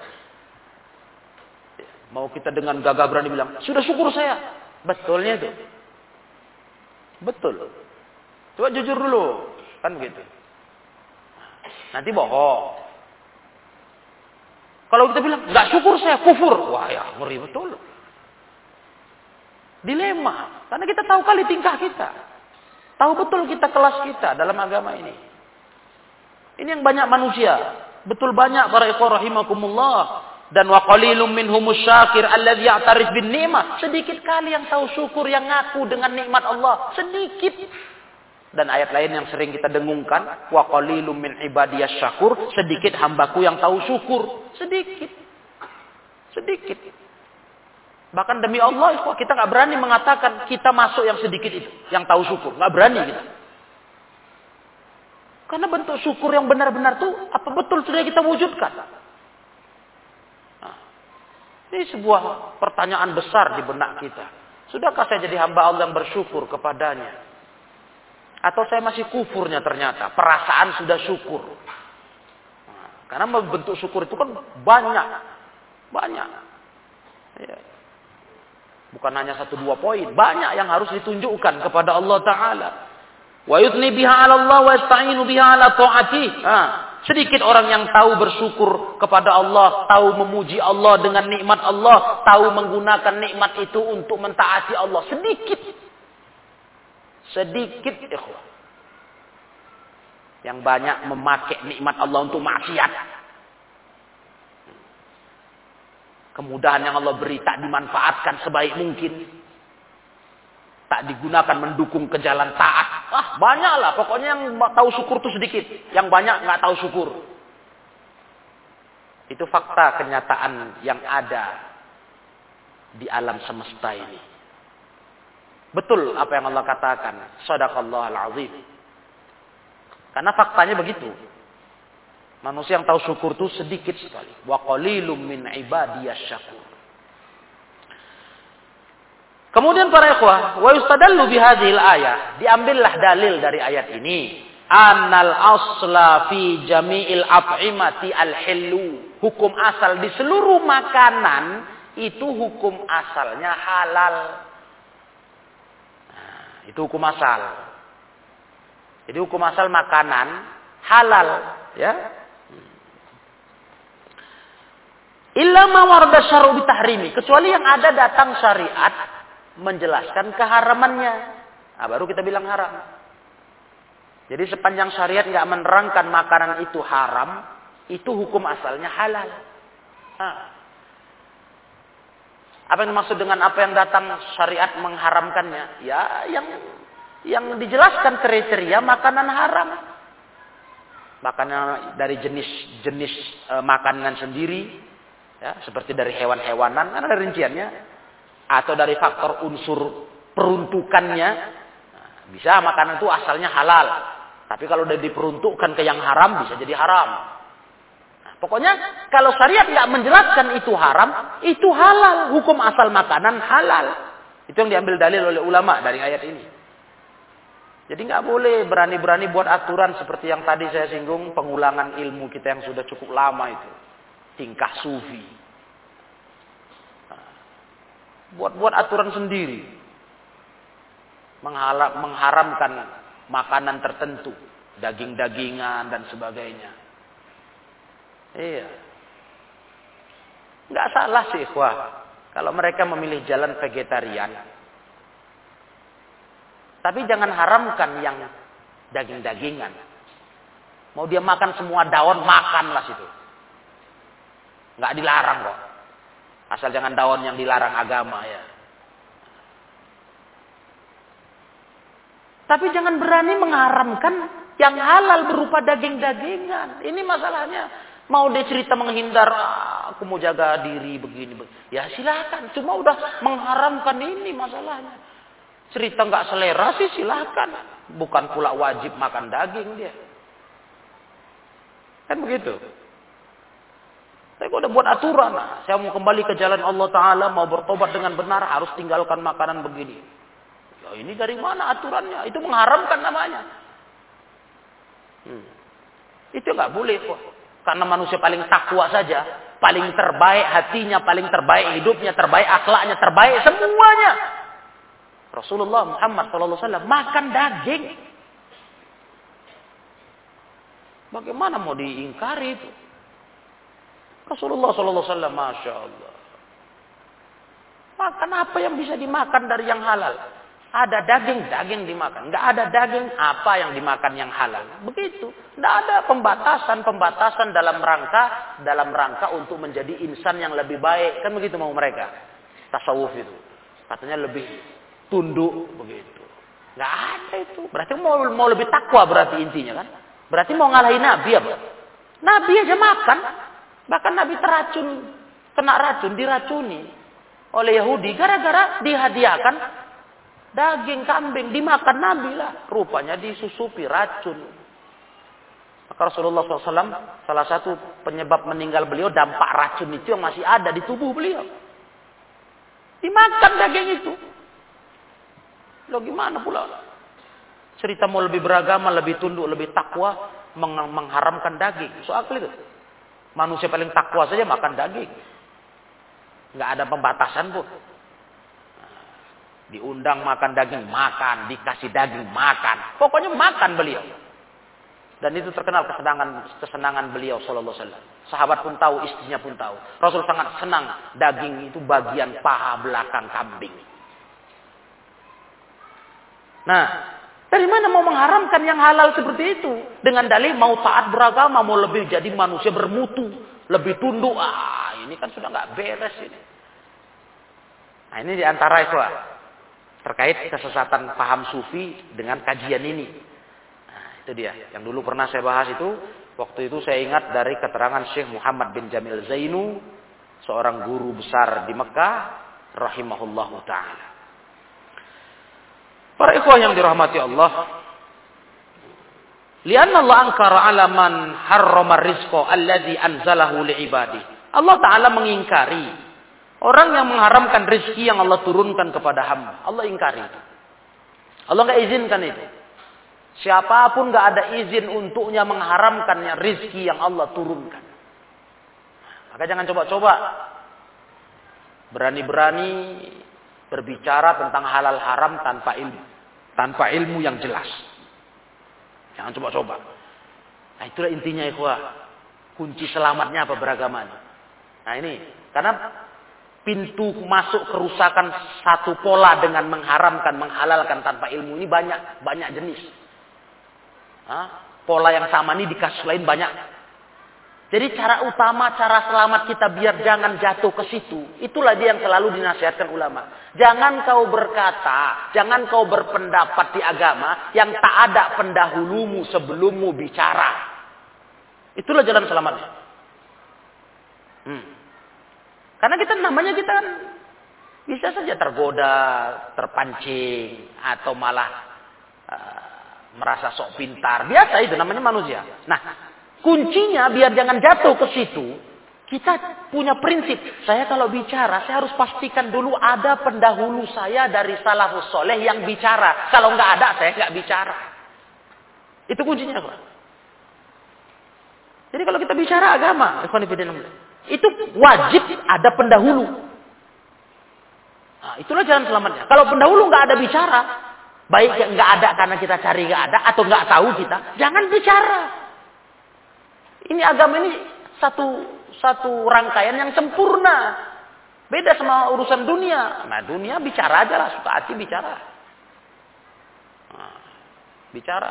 Mau kita dengan gagah berani bilang, sudah syukur saya. Betulnya itu. Betul. Coba jujur dulu. Kan begitu. Nanti bohong. Kalau kita bilang, enggak syukur saya, kufur. Wah ya, ngeri betul. Dilema. Karena kita tahu kali tingkah kita. Tahu betul kita kelas kita dalam agama ini. Ini yang banyak manusia. Betul banyak para ikhwah rahimakumullah. Dan wa qalilum minhumus syakir alladzi ya'tarif bin ni'mah. Sedikit kali yang tahu syukur, yang ngaku dengan nikmat Allah. Sedikit. Dan ayat lain yang sering kita dengungkan. Wa qalilum min ibadiyas syakur. Sedikit hambaku yang tahu syukur. Sedikit. Sedikit. Bahkan demi Allah, kita nggak berani mengatakan kita masuk yang sedikit itu. Yang tahu syukur. Nggak berani kita. Karena bentuk syukur yang benar-benar tuh apa betul sudah kita wujudkan? Nah, ini sebuah pertanyaan besar di benak kita. Sudahkah saya jadi hamba Allah yang bersyukur kepadanya? Atau saya masih kufurnya ternyata? Perasaan sudah syukur. Nah, karena bentuk syukur itu kan banyak. Banyak. Ya. Bukan hanya 1-2 poin. Banyak yang harus ditunjukkan kepada Allah Ta'ala. Wa yutni biha ala Allah wa yasta'inu biha ala ta'atih. Sedikit orang yang tahu bersyukur kepada Allah, tahu memuji Allah dengan nikmat Allah, tahu menggunakan nikmat itu untuk mentaati Allah. Sedikit. Sedikit, ikhwah. Yang banyak memakai nikmat Allah untuk maksiat. Kemudahan yang Allah beri tak dimanfaatkan sebaik mungkin. Tak digunakan mendukung ke jalan taat. Banyaklah. Pokoknya yang tahu syukur itu sedikit. Yang banyak nggak tahu syukur. Itu fakta kenyataan yang ada di alam semesta ini. Betul apa yang Allah katakan. Shadaqallahul azim. Karena faktanya begitu. Manusia yang tahu syukur itu sedikit sekali. Wa qalilum min ibadiyas syakur. Kemudian para ikhwah, wa yustadallu bihadhil ayah. Diambillah dalil dari ayat ini. Annal asla fi jami'il at'imati al-hillu. Hukum asal di seluruh makanan itu hukum asalnya halal. Nah, itu hukum asal. Jadi hukum asal makanan halal, ya. Illa ma warada syar'u bitahrimi, kecuali yang ada datang syariat menjelaskan keharamannya. Nah, baru kita bilang haram. Jadi sepanjang syariat nggak menerangkan makanan itu haram, itu hukum asalnya halal. Nah, apa yang dimaksud dengan apa yang datang syariat mengharamkannya? Ya, yang dijelaskan kriteria makanan haram. Makanan dari jenis-jenis makanan sendiri, ya, seperti dari hewan-hewanan, kan ada rinciannya, atau dari faktor unsur peruntukannya. Nah, bisa makanan itu asalnya halal, tapi kalau udah diperuntukkan ke yang haram bisa jadi haram. Nah, pokoknya kalau syariat nggak menjelaskan itu haram, itu halal. Hukum asal makanan halal. Itu yang diambil dalil oleh ulama dari ayat ini. Jadi nggak boleh berani-berani buat aturan seperti yang tadi saya singgung, pengulangan ilmu kita yang sudah cukup lama itu. Tingkah sufi. Buat-buat aturan sendiri. Mengharamkan makanan tertentu. Daging-dagingan dan sebagainya. Iya. Nggak salah sih, ikhwah. Kalau mereka memilih jalan vegetarian. Tapi jangan haramkan yang daging-dagingan. Mau dia makan semua daun, makanlah situ. Nggak dilarang kok. Asal jangan daun yang dilarang agama ya. Tapi jangan berani mengharamkan yang halal berupa daging-dagingan. Ini masalahnya. Mau dia cerita menghindar, aku mau jaga diri begini. Ya silakan. Cuma udah mengharamkan ini masalahnya. Cerita nggak selera sih silahkan. Bukan pula wajib makan daging dia. Kan begitu. Tapi udah buat aturan. Nah, saya mau kembali ke jalan Allah Ta'ala. Mau bertobat dengan benar. Harus tinggalkan makanan begini. Ya ini dari mana aturannya? Itu mengharamkan namanya. Itu nggak boleh kok. Karena manusia paling takwa saja. Paling terbaik hatinya. Paling terbaik hidupnya. Terbaik akhlaknya. Terbaik semuanya. Rasulullah Muhammad SAW makan daging. Bagaimana mau diingkari itu? Rasulullah SAW, Masya Allah. Makan apa yang bisa dimakan dari yang halal? Ada daging dimakan. Nggak ada daging, apa yang dimakan yang halal? Begitu. Nggak ada pembatasan dalam rangka untuk menjadi insan yang lebih baik. Kan begitu mau mereka. Tasawuf itu. Katanya lebih tunduk begitu. Nggak ada itu. Berarti mau lebih takwa berarti intinya kan. Berarti mau ngalahin Nabi apa? Nabi aja makan. Bahkan Nabi kena racun, diracuni oleh Yahudi. Gara-gara dihadiahkan daging kambing. Dimakan Nabi lah. Rupanya disusupi racun. Maka Rasulullah SAW salah satu penyebab meninggal beliau dampak racun itu yang masih ada di tubuh beliau. Dimakan daging itu. Loh gimana pula? Cerita mau lebih beragama, lebih tunduk, lebih takwa, mengharamkan daging. Soal itu. Manusia paling takwa saja makan daging. Nggak ada pembatasan pun. Diundang makan daging, makan. Dikasih daging, makan. Pokoknya makan beliau. Dan itu terkenal kesenangan beliau sallallahu alaihi wasallam. Sahabat pun tahu, istrinya pun tahu. Rasul sangat senang daging itu bagian paha belakang kambing. Nah, dari mana mau mengharamkan yang halal seperti itu? Dengan dalih mau taat beragama, mau lebih jadi manusia bermutu, lebih tunduk. Ini kan sudah nggak beres ini. Nah, ini diantara itu terkait kesesatan paham sufi dengan kajian ini. Nah, itu dia. Yang dulu pernah saya bahas itu, waktu itu saya ingat dari keterangan Syekh Muhammad bin Jamil Zainu, seorang guru besar di Mekah, rahimahullahu ta'ala. Para ikhwah yang dirahmati Allah. Lianna Allah angkara ala man harrama rizqa alladhi anzalahu li'ibadi. Allah Ta'ala mengingkari orang yang mengharamkan rizki yang Allah turunkan kepada hamba. Allah ingkari itu. Allah nggak izinkan itu. Siapapun nggak ada izin untuknya mengharamkannya rizki yang Allah turunkan. Maka jangan coba-coba berani-berani berbicara tentang halal haram tanpa ilmu yang jelas. Jangan coba-coba. Nah, itulah intinya ikhwah. Kunci selamatnya apa beragama. Nah, ini karena pintu masuk kerusakan satu pola dengan mengharamkan, menghalalkan tanpa ilmu ini banyak jenis. Pola yang sama ini di kasus lain banyak. Jadi cara utama, cara selamat kita biar jangan jatuh ke situ. Itulah dia yang selalu dinasihatkan ulama. Jangan kau berkata, jangan kau berpendapat di agama yang tak ada pendahulumu sebelummu bicara. Itulah jalan selamatnya. Karena kita kan bisa saja tergoda, terpancing, atau malah merasa sok pintar. Biasa itu namanya manusia. Nah, kuncinya biar jangan jatuh ke situ, kita punya prinsip. Saya kalau bicara, saya harus pastikan dulu ada pendahulu saya dari salafus soleh yang bicara. Kalau nggak ada, saya nggak bicara. Itu kuncinya, Pak. Jadi kalau kita bicara agama, itu wajib ada pendahulu. Nah, itulah jalan selamatnya. Kalau pendahulu nggak ada bicara, baik nggak ada karena kita cari nggak ada atau nggak tahu kita, jangan bicara. Ini agama ini satu rangkaian yang sempurna. Beda sama urusan dunia. Nah, dunia bicara aja lah, suka hati bicara. Nah, bicara.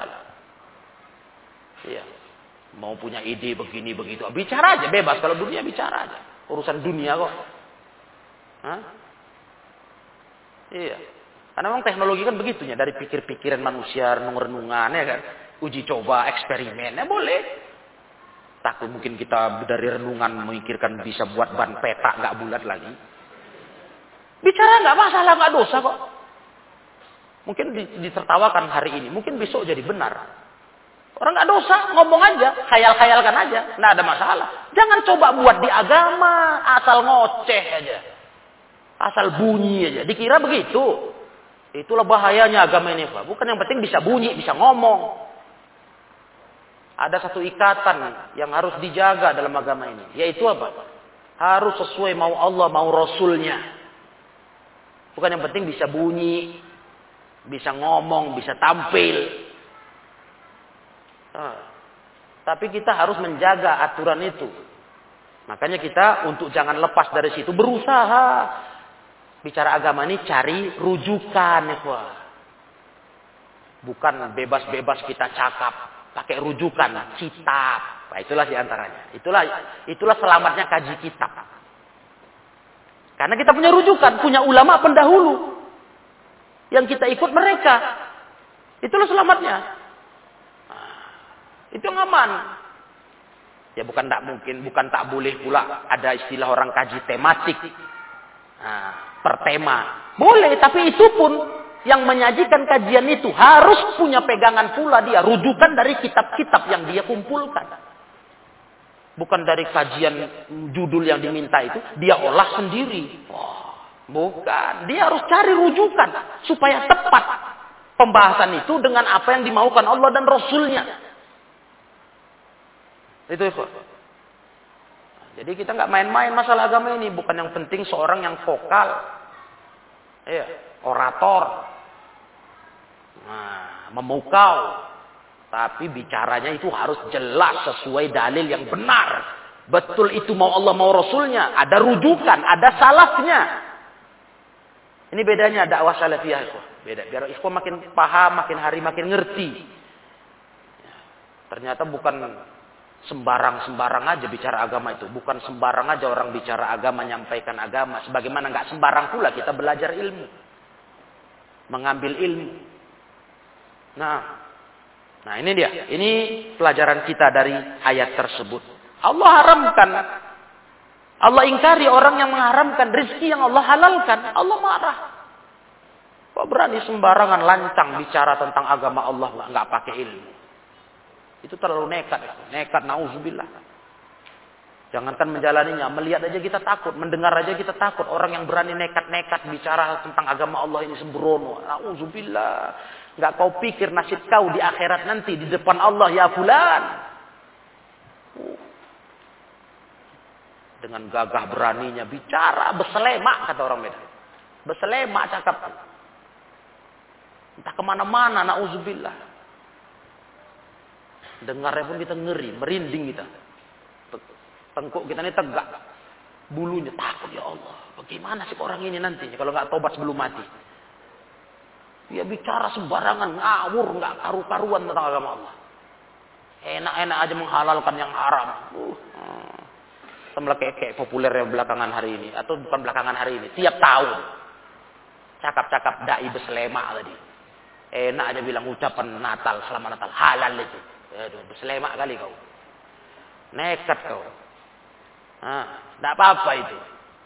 Iya. Mau punya ide begini begitu, bicara aja bebas. Kalau dunia bicara aja. Urusan dunia kok. Hah? Iya. Karena memang teknologi kan begitunya, dari pikir-pikiran manusia, renung-renungan ya kan. Uji coba, eksperimen, ya boleh. Takut mungkin kita dari renungan memikirkan bisa buat ban peta nggak bulat lagi. Bicara nggak masalah, nggak dosa kok. Mungkin ditertawakan hari ini, mungkin besok jadi benar. Orang nggak dosa, ngomong aja, khayal-khayalkan aja, nggak ada masalah. Jangan coba buat di agama, asal ngoceh aja, asal bunyi aja. Dikira begitu. Itulah bahayanya agama ini, Pak. Bukan yang penting bisa bunyi, bisa ngomong. Ada satu ikatan yang harus dijaga dalam agama ini, yaitu apa? Harus sesuai mau Allah, mau Rasulnya. Bukan yang penting bisa bunyi, bisa ngomong, bisa tampil. Tapi kita harus menjaga aturan itu. Makanya kita untuk jangan lepas dari situ berusaha. Bicara agama ini cari rujukan. Bukan bebas-bebas kita cakap. Pakai rujukan, kitab. Nah, itulah diantaranya. Itulah selamatnya kaji kitab. Karena kita punya rujukan, punya ulama pendahulu. Yang kita ikut mereka. Itulah selamatnya. Itu aman. Ya bukan tak mungkin, bukan tak boleh pula ada istilah orang kaji tematik. Per tema. Boleh, tapi itu pun yang menyajikan kajian itu harus punya pegangan pula dia. Rujukan dari kitab-kitab yang dia kumpulkan. Bukan dari kajian judul yang diminta itu, dia olah sendiri. Bukan. Dia harus cari rujukan supaya tepat pembahasan itu dengan apa yang dimaukan Allah dan Rasulnya. Itu. Jadi kita nggak main-main masalah agama ini. Bukan yang penting seorang yang vokal, orator, memukau. Tapi bicaranya itu harus jelas sesuai dalil yang benar. Betul itu mau Allah mau Rasulnya. Ada rujukan, ada salafnya. Ini bedanya dakwah salafiyah itu. Beda. Biar ikhwan makin paham, makin hari makin ngerti. Ternyata bukan sembarang aja bicara agama itu. Bukan sembarang aja orang bicara agama, nyampaikan agama. Sebagaimana nggak sembarang pula kita belajar ilmu. Mengambil ilmu. Nah ini dia. Ini pelajaran kita dari ayat tersebut. Allah haramkan. Allah ingkari orang yang mengharamkan rezeki yang Allah halalkan. Allah marah. Kok berani sembarangan lancang bicara tentang agama Allah nggak pakai ilmu. Itu terlalu nekat nauzubillah. Jangankan menjalaninya, melihat aja kita takut, mendengar aja kita takut. Orang yang berani nekat-nekat bicara tentang agama Allah ini sembrono. Nauzubillah. Enggak kau pikir nasib kau di akhirat nanti di depan Allah ya fulan. Dengan gagah beraninya bicara, berselemak kata orang Medan. Berselemak cakap. Entah kemana-mana, nauzubillah. Dengarnya pun kita ngeri, merinding kita. Tengkuk kita ini tegak. Bulunya takut, ya Allah. Bagaimana sih orang ini nantinya kalau nggak tobat sebelum mati? Dia bicara sembarangan, ngawur, nggak karu-karuan tentang agama Allah. Enak-enak aja menghalalkan yang haram. Semula kayak populer yang belakangan hari ini. Atau bukan belakangan hari ini. Tiap tahun. Cakap-cakap dai berselemak tadi. Enak aja bilang ucapan Natal, selamat Natal. Halal itu. Aduh, berselemak kali kau. Nekat kau. Tidak apa-apa itu.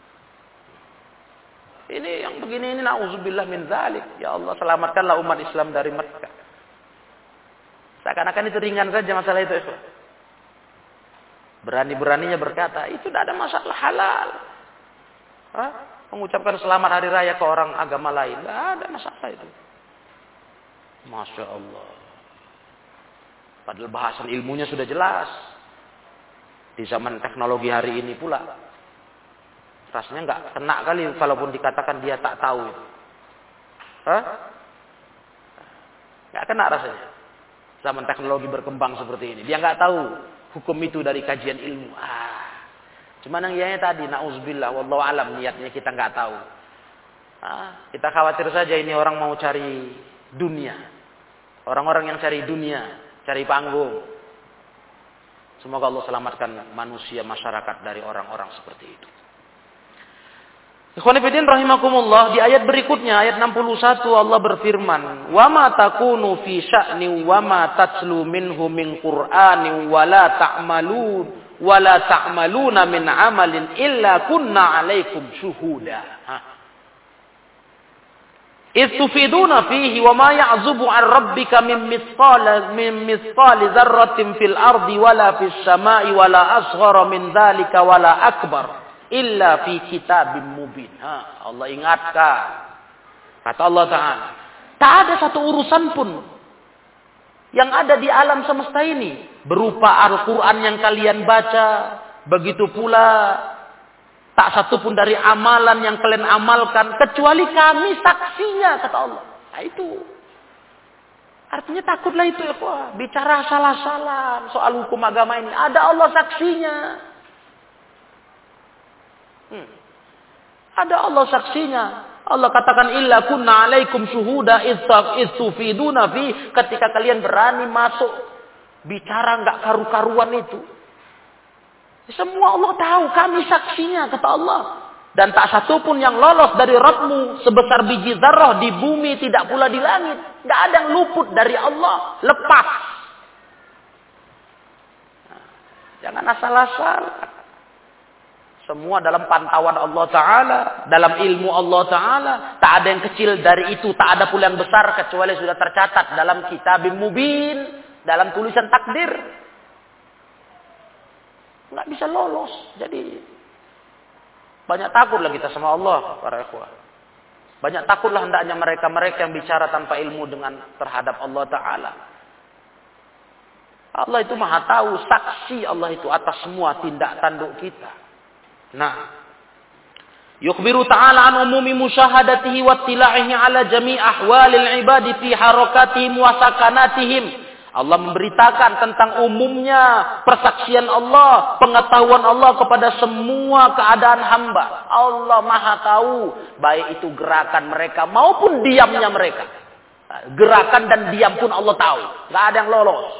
Ini yang begini ini na'udzubillah min dzalik. Ya Allah, selamatkanlah umat Islam dari mereka. Seakan-akan itu ringan saja masalah itu. Berani-beraninya berkata, itu tidak ada masalah, halal. Mengucapkan selamat hari raya ke orang agama lain. Tidak ada masalah itu. Masya Allah. Padahal bahasan ilmunya sudah jelas. Di zaman teknologi hari ini pula. Rasanya nggak kena kali kalaupun dikatakan dia tak tahu itu. Nggak kena rasanya. Zaman teknologi berkembang seperti ini. Dia nggak tahu hukum itu dari kajian ilmu. Cuman yang ianya tadi, na'udzubillah, wallahu alam, niatnya kita nggak tahu. Kita khawatir saja ini orang mau cari dunia. Orang-orang yang cari dunia, cari panggung. Semoga Allah selamatkan manusia, masyarakat dari orang-orang seperti itu. Ikhwan fillah rahimakumullah, di ayat berikutnya ayat 61 Allah berfirman, "Wa ma takunu fi sya'ni wa ma tatlu minhu min Qur'anin wa la ta'maluna min 'amalin illa kunna 'alaikum syuhuda." Istufiduna fihi wa ma ya'zubu 'an rabbika min mithqali dzarratin fil ardi wala fis sama'i wala asghara min dzalika wala akbar illa fi kitabim mubin. Allah ingatkan. Kata Allah Ta'ala, tak ada satu urusan pun yang ada di alam semesta ini berupa Al-Quran yang kalian baca, begitu pula tak satu pun dari amalan yang kalian amalkan kecuali kami saksinya, kata Allah. Nah itu artinya takutlah itu ya, bicara salah-salah soal hukum agama ini, ada Allah saksinya. Ada Allah saksinya. Allah katakan illa kunna alaikum syuhuda istufiduna fi, ketika kalian berani masuk bicara enggak karu-karuan itu. Semua Allah tahu, kami saksinya, kata Allah. Dan tak satu pun yang lolos dari Rabbmu sebesar biji zarrah di bumi, tidak pula di langit. Enggak ada yang luput dari Allah, lepas. Jangan asal-asal. Semua dalam pantauan Allah Ta'ala, dalam ilmu Allah Ta'ala. Tak ada yang kecil dari itu, tak ada pula yang besar kecuali sudah tercatat dalam kitabim mubin, dalam tulisan takdir. Nggak bisa lolos. Jadi banyak takutlah kita sama Allah, para ikhwah. Banyak takutlah hendaknya mereka-mereka yang bicara tanpa ilmu dengan terhadap Allah Ta'ala. Allah itu maha tahu, saksi Allah itu atas semua tindak tanduk kita. Nah, yukhbiru ta'ala an umumi musyahadatihi wa tila'ihi ala jami' ahwalil ibadi fi harakatihim wa sakanatihim. Allah memberitakan tentang umumnya persaksian Allah, pengetahuan Allah kepada semua keadaan hamba. Allah maha tahu, baik itu gerakan mereka maupun diamnya mereka. Gerakan dan diam pun Allah tahu. Gak ada yang lolos.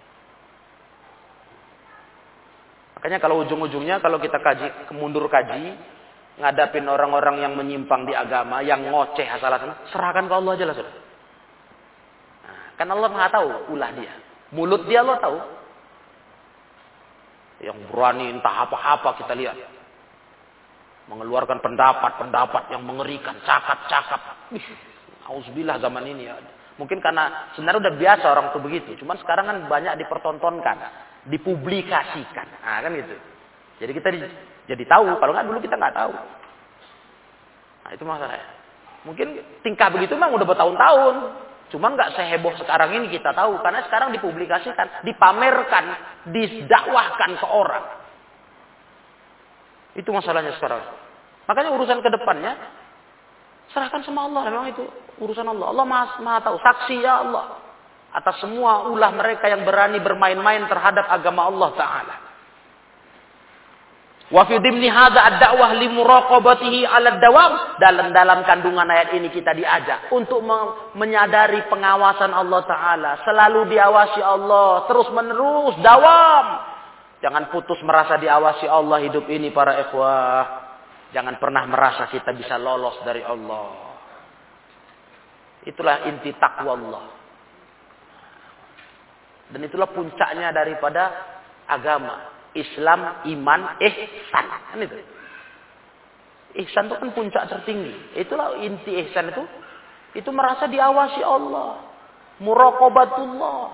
Makanya kalau ujung-ujungnya kalau kita mundur kaji, ngadapin orang-orang yang menyimpang di agama, yang ngoceh asal-asalan, serahkan ke Allah aja lah, saudara. Nah, kan Allah Maha tahu ulah dia. Mulut dia Allah tahu. Yang berani entah apa-apa kita lihat. Mengeluarkan pendapat-pendapat yang mengerikan, cakap-cakap. Auzubillah zaman ini ya. Mungkin karena sebenarnya udah biasa orang tuh begitu. Cuman sekarang kan banyak dipertontonkan, dipublikasikan. Nah, kan gitu. Jadi kita jadi tahu, kalau nggak dulu kita nggak tahu. Nah, itu masalahnya. Mungkin tingkah begitu memang udah bertahun-tahun. Cuma nggak seheboh sekarang ini kita tahu. Karena sekarang dipublikasikan, dipamerkan, didakwahkan ke orang. Itu masalahnya sekarang. Makanya urusan ke depannya, serahkan sama Allah. Memang itu urusan Allah. Allah maha tahu. Saksi ya Allah atas semua ulah mereka yang berani bermain-main terhadap agama Allah Ta'ala. Wa fi dimni hadza ad-da'wah li muraqabatihi 'ala ad-dawam. Dalam kandungan ayat ini kita diajak untuk menyadari pengawasan Allah Ta'ala. Selalu diawasi Allah, terus-menerus, dawam. Jangan putus merasa diawasi Allah hidup ini, para ikhwah. Jangan pernah merasa kita bisa lolos dari Allah. Itulah inti takwa Allah. Dan itulah puncaknya daripada agama. Islam, iman, ihsan. Kan itu. Ihsan itu kan puncak tertinggi. Itulah inti ihsan itu. Itu merasa diawasi Allah. Muraqabatullah.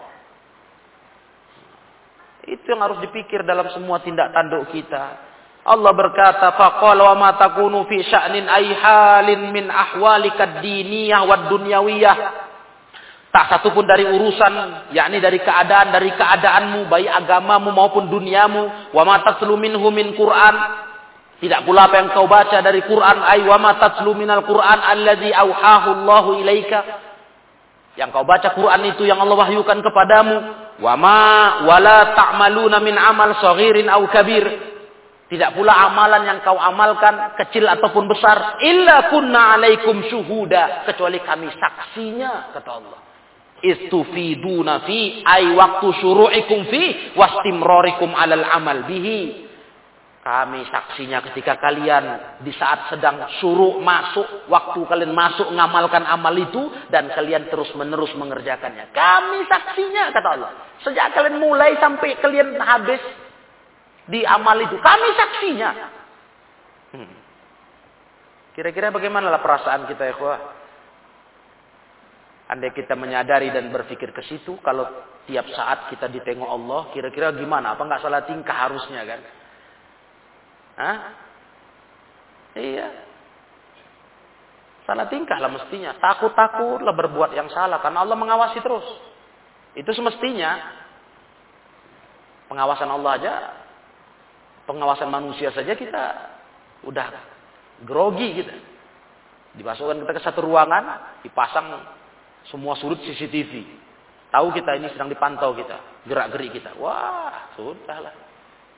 Itu yang harus dipikir dalam semua tindak tanduk kita. Allah berkata, faqala wa ma takunu fi sya'nin ay halin min ahwalika ad-diniyah wad dunyawiyah. Tak satu pun dari urusan, yakni dari keadaanmu, baik agamamu maupun duniamu. Wa ma tatlu minhu min Qur'an. Tidak pula apa yang kau baca dari Quran, ay wa ma tatlu minal Qur'an allazi auhahu Allahu ilaika. Yang kau baca Quran itu yang Allah wahyukan kepadamu. Wa ma wala ta'maluna min amal saghirin aw kabir. Tidak pula amalan yang kau amalkan kecil ataupun besar, illa kunna alaikum syuhuda, kecuali kami saksinya, kata Allah. Istufiduna fi ay waktu syuru'ikum fi wastimrarikum alal amal bihi. Kami saksinya ketika kalian di saat sedang suruh masuk, waktu kalian masuk ngamalkan amal itu dan kalian terus-menerus mengerjakannya. Kami saksinya, kata Allah. Sejak kalian mulai sampai kalian habis di amal itu, kami saksinya. Kira-kira bagaimana lah perasaan kita, ikhwah? Andai kita menyadari dan berpikir ke situ, kalau tiap saat kita ditengok Allah, kira-kira gimana? Apa nggak salah tingkah harusnya kan? Hah? Iya. Salah tingkah lah mestinya. Takut-takutlah berbuat yang salah. Karena Allah mengawasi terus. Itu semestinya. Pengawasan Allah aja. Pengawasan manusia saja kita udah grogi kita. Dimasukkan kita ke satu ruangan. Dipasang semua sudut CCTV. Tahu kita ini sedang dipantau kita. Gerak-gerik kita. Wah, sudahlah.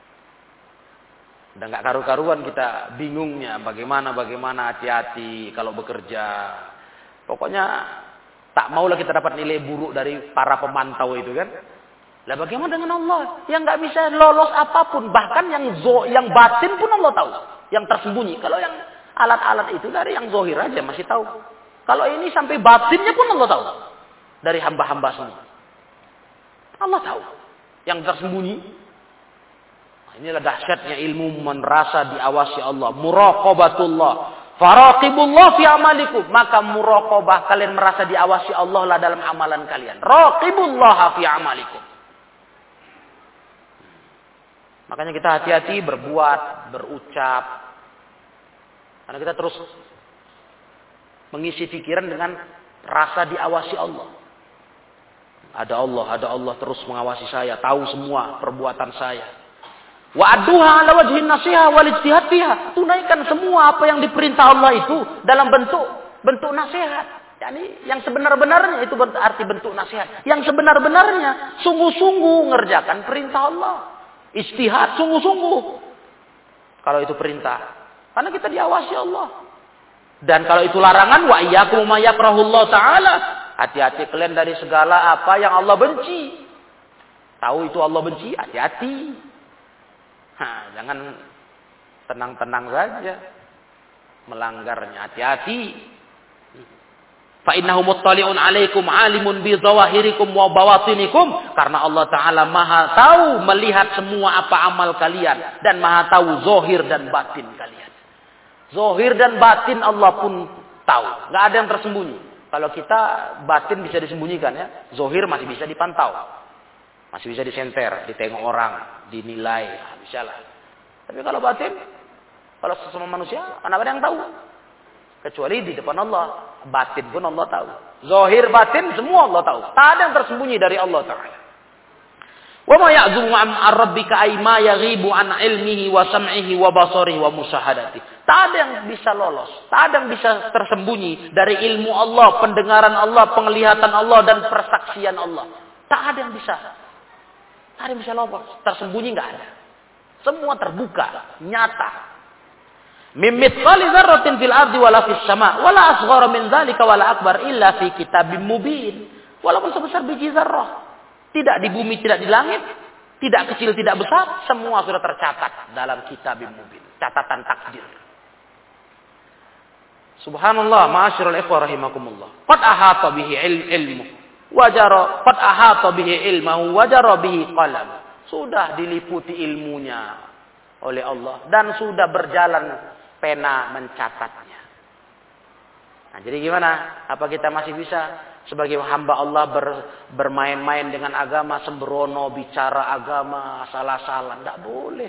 Udah nggak karu-karuan kita bingungnya bagaimana hati-hati kalau bekerja. Pokoknya tak maulah kita dapat nilai buruk dari para pemantau itu kan. Lah bagaimana dengan Allah yang nggak bisa lolos apapun, bahkan yang batin pun Allah tahu, yang tersembunyi. Kalau yang alat-alat itu dari yang zahir aja masih tahu. Kalau ini sampai batinnya pun Allah tahu dari hamba-hamba semua. Allah tahu yang tersembunyi. Inilah dahsyatnya ilmu merasa diawasi Allah. Muraqabatullah. Faraqibullah fi amalikum. Maka muraqabah kalian merasa diawasi Allah lah dalam amalan kalian. Raqibullah fi amalikum. Makanya kita hati-hati berbuat, berucap. Karena kita terus mengisi pikiran dengan rasa diawasi Allah. Ada Allah terus mengawasi saya. Tahu semua perbuatan saya. Wa adduha ala wajhin nasiha wal ijtihad fiha. Tunaikan semua apa yang diperintah Allah itu dalam bentuk nasihat. Yani yang sebenar-benarnya itu berarti bentuk nasihat. Yang sebenar-benarnya sungguh-sungguh ngerjakan perintah Allah. Ijtihad sungguh-sungguh. Kalau itu perintah. Karena kita diawasi Allah. Dan kalau itu larangan, wa iyyakum ma yakrahullah taala. Hati-hati kalian dari segala apa yang Allah benci. Tahu itu Allah benci, hati-hati. Jangan tenang-tenang saja melanggarnya, hati-hati. Fa innahu muttali'un 'alaikum 'alimun bi zawahirikum wa bawatinikum, karena Allah taala Maha tahu melihat semua apa amal kalian dan Maha tahu zahir dan batin kalian. Zahir dan batin Allah pun tahu, enggak ada yang tersembunyi. Kalau kita batin bisa disembunyikan ya, zahir masih bisa dipantau. Masih bisa disenter, ditengok orang, dinilai, bisa lah. Tapi kalau batin, kalau sesama manusia, mana ada yang tahu? Kecuali di depan Allah, batin pun Allah tahu. Zahir batin semua Allah tahu. Tak ada yang tersembunyi dari Allah Taala. Wa ma ya'zumu an rabbika ay ma yaghibu an ilmihi wa sam'ihi wa basarihi wa musyahadati. Tak ada yang bisa lolos, tak ada yang bisa tersembunyi dari ilmu Allah, pendengaran Allah, penglihatan Allah dan persaksian Allah. Tak ada yang bisa. Tak ada yang bisa lolos, tersembunyi enggak ada. Semua terbuka, nyata. Mimithqali dzarratin fil ardi wala fis sama' wala asghara min dzalika wala akbar illa fi kitabim mubin. Walaupun sebesar biji zarrah, tidak di bumi, tidak di langit, tidak kecil, tidak besar, semua sudah tercatat dalam kitabim mubin, catatan takdir. Subhanallah, ma'asyiral ikhwah rahimakumullah. Qad ahata bihi ilmu. Qad ahata bihi ilmahu wajara bihi qalam. sudah diliputi ilmunya oleh Allah dan sudah berjalan pena mencatatnya. Nah, jadi gimana? Apa kita masih bisa sebagai hamba Allah bermain-main dengan agama, sembrono bicara agama, salah-salah? Tidak boleh.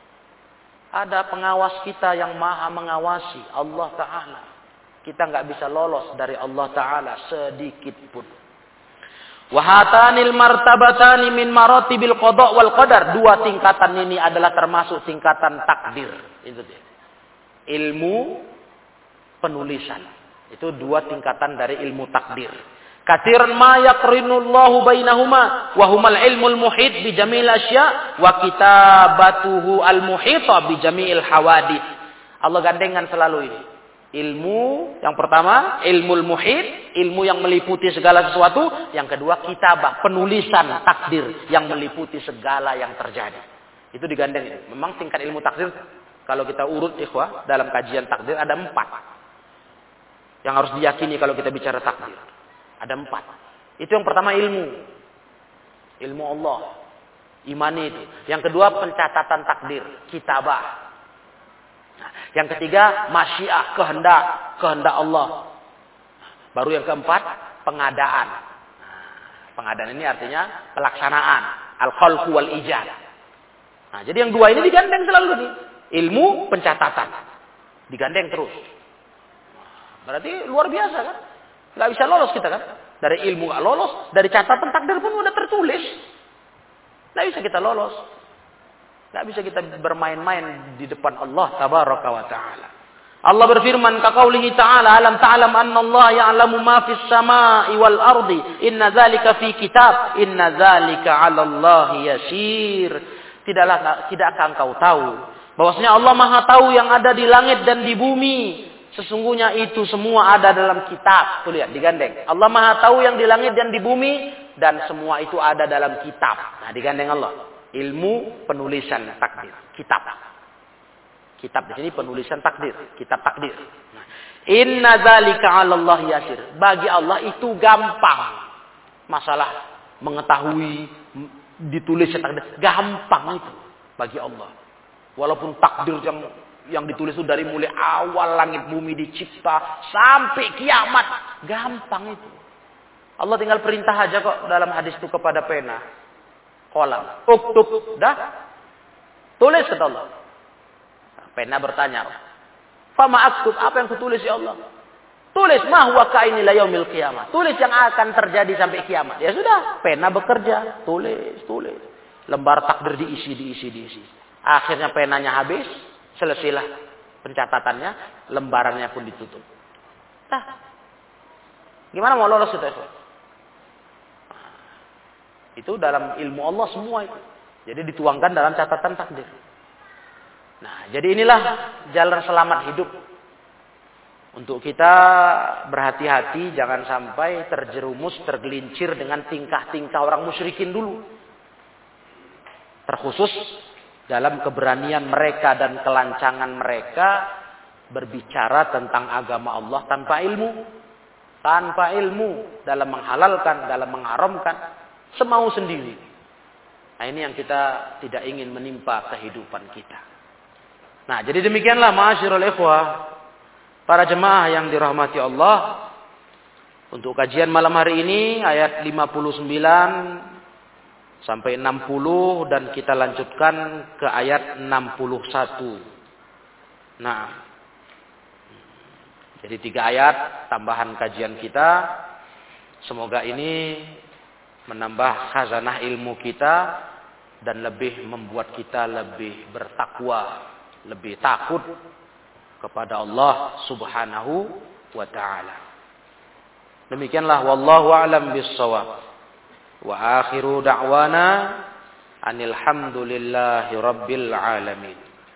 Ada pengawas kita yang maha mengawasi, Allah Ta'ala. Kita nggak bisa lolos dari Allah Ta'ala sedikit pun. Wahatanil martabatani min maratibil qada' wal qadar. Dua tingkatan ini adalah termasuk tingkatan takdir. Itu dia. Ilmu penulisan. Itu dua tingkatan dari ilmu takdir. Katsiran ma yaqrinullahu bainahuma wa humal ilmul muhit bi jamil asya wa kitabatuhu al muhita bi jamil hawadith. Allah gandengan selalu ini. Ilmu yang pertama, ilmul muhit, ilmu yang meliputi segala sesuatu. Yang kedua, kitabah, penulisan takdir yang meliputi segala yang terjadi. Itu digandeng. Memang tingkat ilmu takdir, kalau kita urut ikhwah, dalam kajian takdir ada 4. Yang harus diyakini kalau kita bicara takdir. Ada 4. Itu yang pertama ilmu. Ilmu Allah. Imani itu. Yang kedua pencatatan takdir. Kitabah. Nah, yang ketiga masyiah, kehendak Allah. Baru yang keempat pengadaan. Nah, pengadaan ini artinya pelaksanaan. Al-khalqu wal ijad. Nah, jadi yang 2 ini digandeng selalu nih. Ilmu, pencatatan. Digandeng terus. Berarti luar biasa kan? Nggak bisa lolos kita kan? Dari ilmu nggak lolos, dari catatan takdir pun udah tertulis. Nggak bisa kita lolos. Nggak bisa kita bermain-main di depan Allah Tabaraka wa Ta'ala. Allah berfirman kaqaulihi ta'ala alam ta'lam anna Allah ya'lamu ma fis samai wal ardi inna dzalika fi kitab inna dzalika 'ala Allah yasir. Tidakkah engkau tahu bahwasanya Allah Maha tahu yang ada di langit dan di bumi. Sesungguhnya itu semua ada dalam kitab. Tuh lihat digandeng. Allah Maha tahu yang di langit dan di bumi dan semua itu ada dalam kitab. Nah, digandeng Allah. Ilmu penulisan takdir, kitab. Kitab di sini penulisan takdir, kitab takdir. Nah, inna dzalika 'ala Allah yasir. Bagi Allah itu gampang. Masalah mengetahui ditulis takdir gampang itu bagi Allah. Walaupun takdir yang ditulis itu dari mulai awal langit bumi dicipta sampai kiamat, gampang itu. Allah tinggal perintah aja kok dalam hadis itu kepada pena. Kolam, uktub, dah, tulis kata Allah. Pena bertanya, fama aktub, apa yang kutulis ya Allah? Tulis, ma huwa kaini la yaumil qiyamah. Tulis yang akan terjadi sampai kiamat. Ya sudah, pena bekerja, tulis. Lembar takdir diisi. Akhirnya penanya habis, selesailah pencatatannya, lembarannya pun ditutup. Nah, gimana mau lolos itu? Itu dalam ilmu Allah semua itu. Jadi dituangkan dalam catatan takdir. Nah, jadi inilah jalan selamat hidup. Untuk kita berhati-hati jangan sampai terjerumus, tergelincir dengan tingkah-tingkah orang musyrikin dulu. Terkhusus dalam keberanian mereka dan kelancangan mereka berbicara tentang agama Allah tanpa ilmu. Tanpa ilmu dalam menghalalkan, dalam mengharamkan. Semau sendiri. Nah, ini yang kita tidak ingin menimpa kehidupan kita. Nah, jadi demikianlah ma'asyiral ikhwah, para jemaah yang dirahmati Allah. Untuk kajian malam hari ini ayat 59 sampai 60 dan kita lanjutkan ke ayat 61. Nah, jadi 3 ayat tambahan kajian kita. Semoga ini menambah khazanah ilmu kita dan lebih membuat kita lebih bertakwa, lebih takut kepada Allah Subhanahu wa taala. Demikianlah wallahu a'lam bis-shawab. Wa akhiru da'wana anil hamdulillahi rabbil alamin.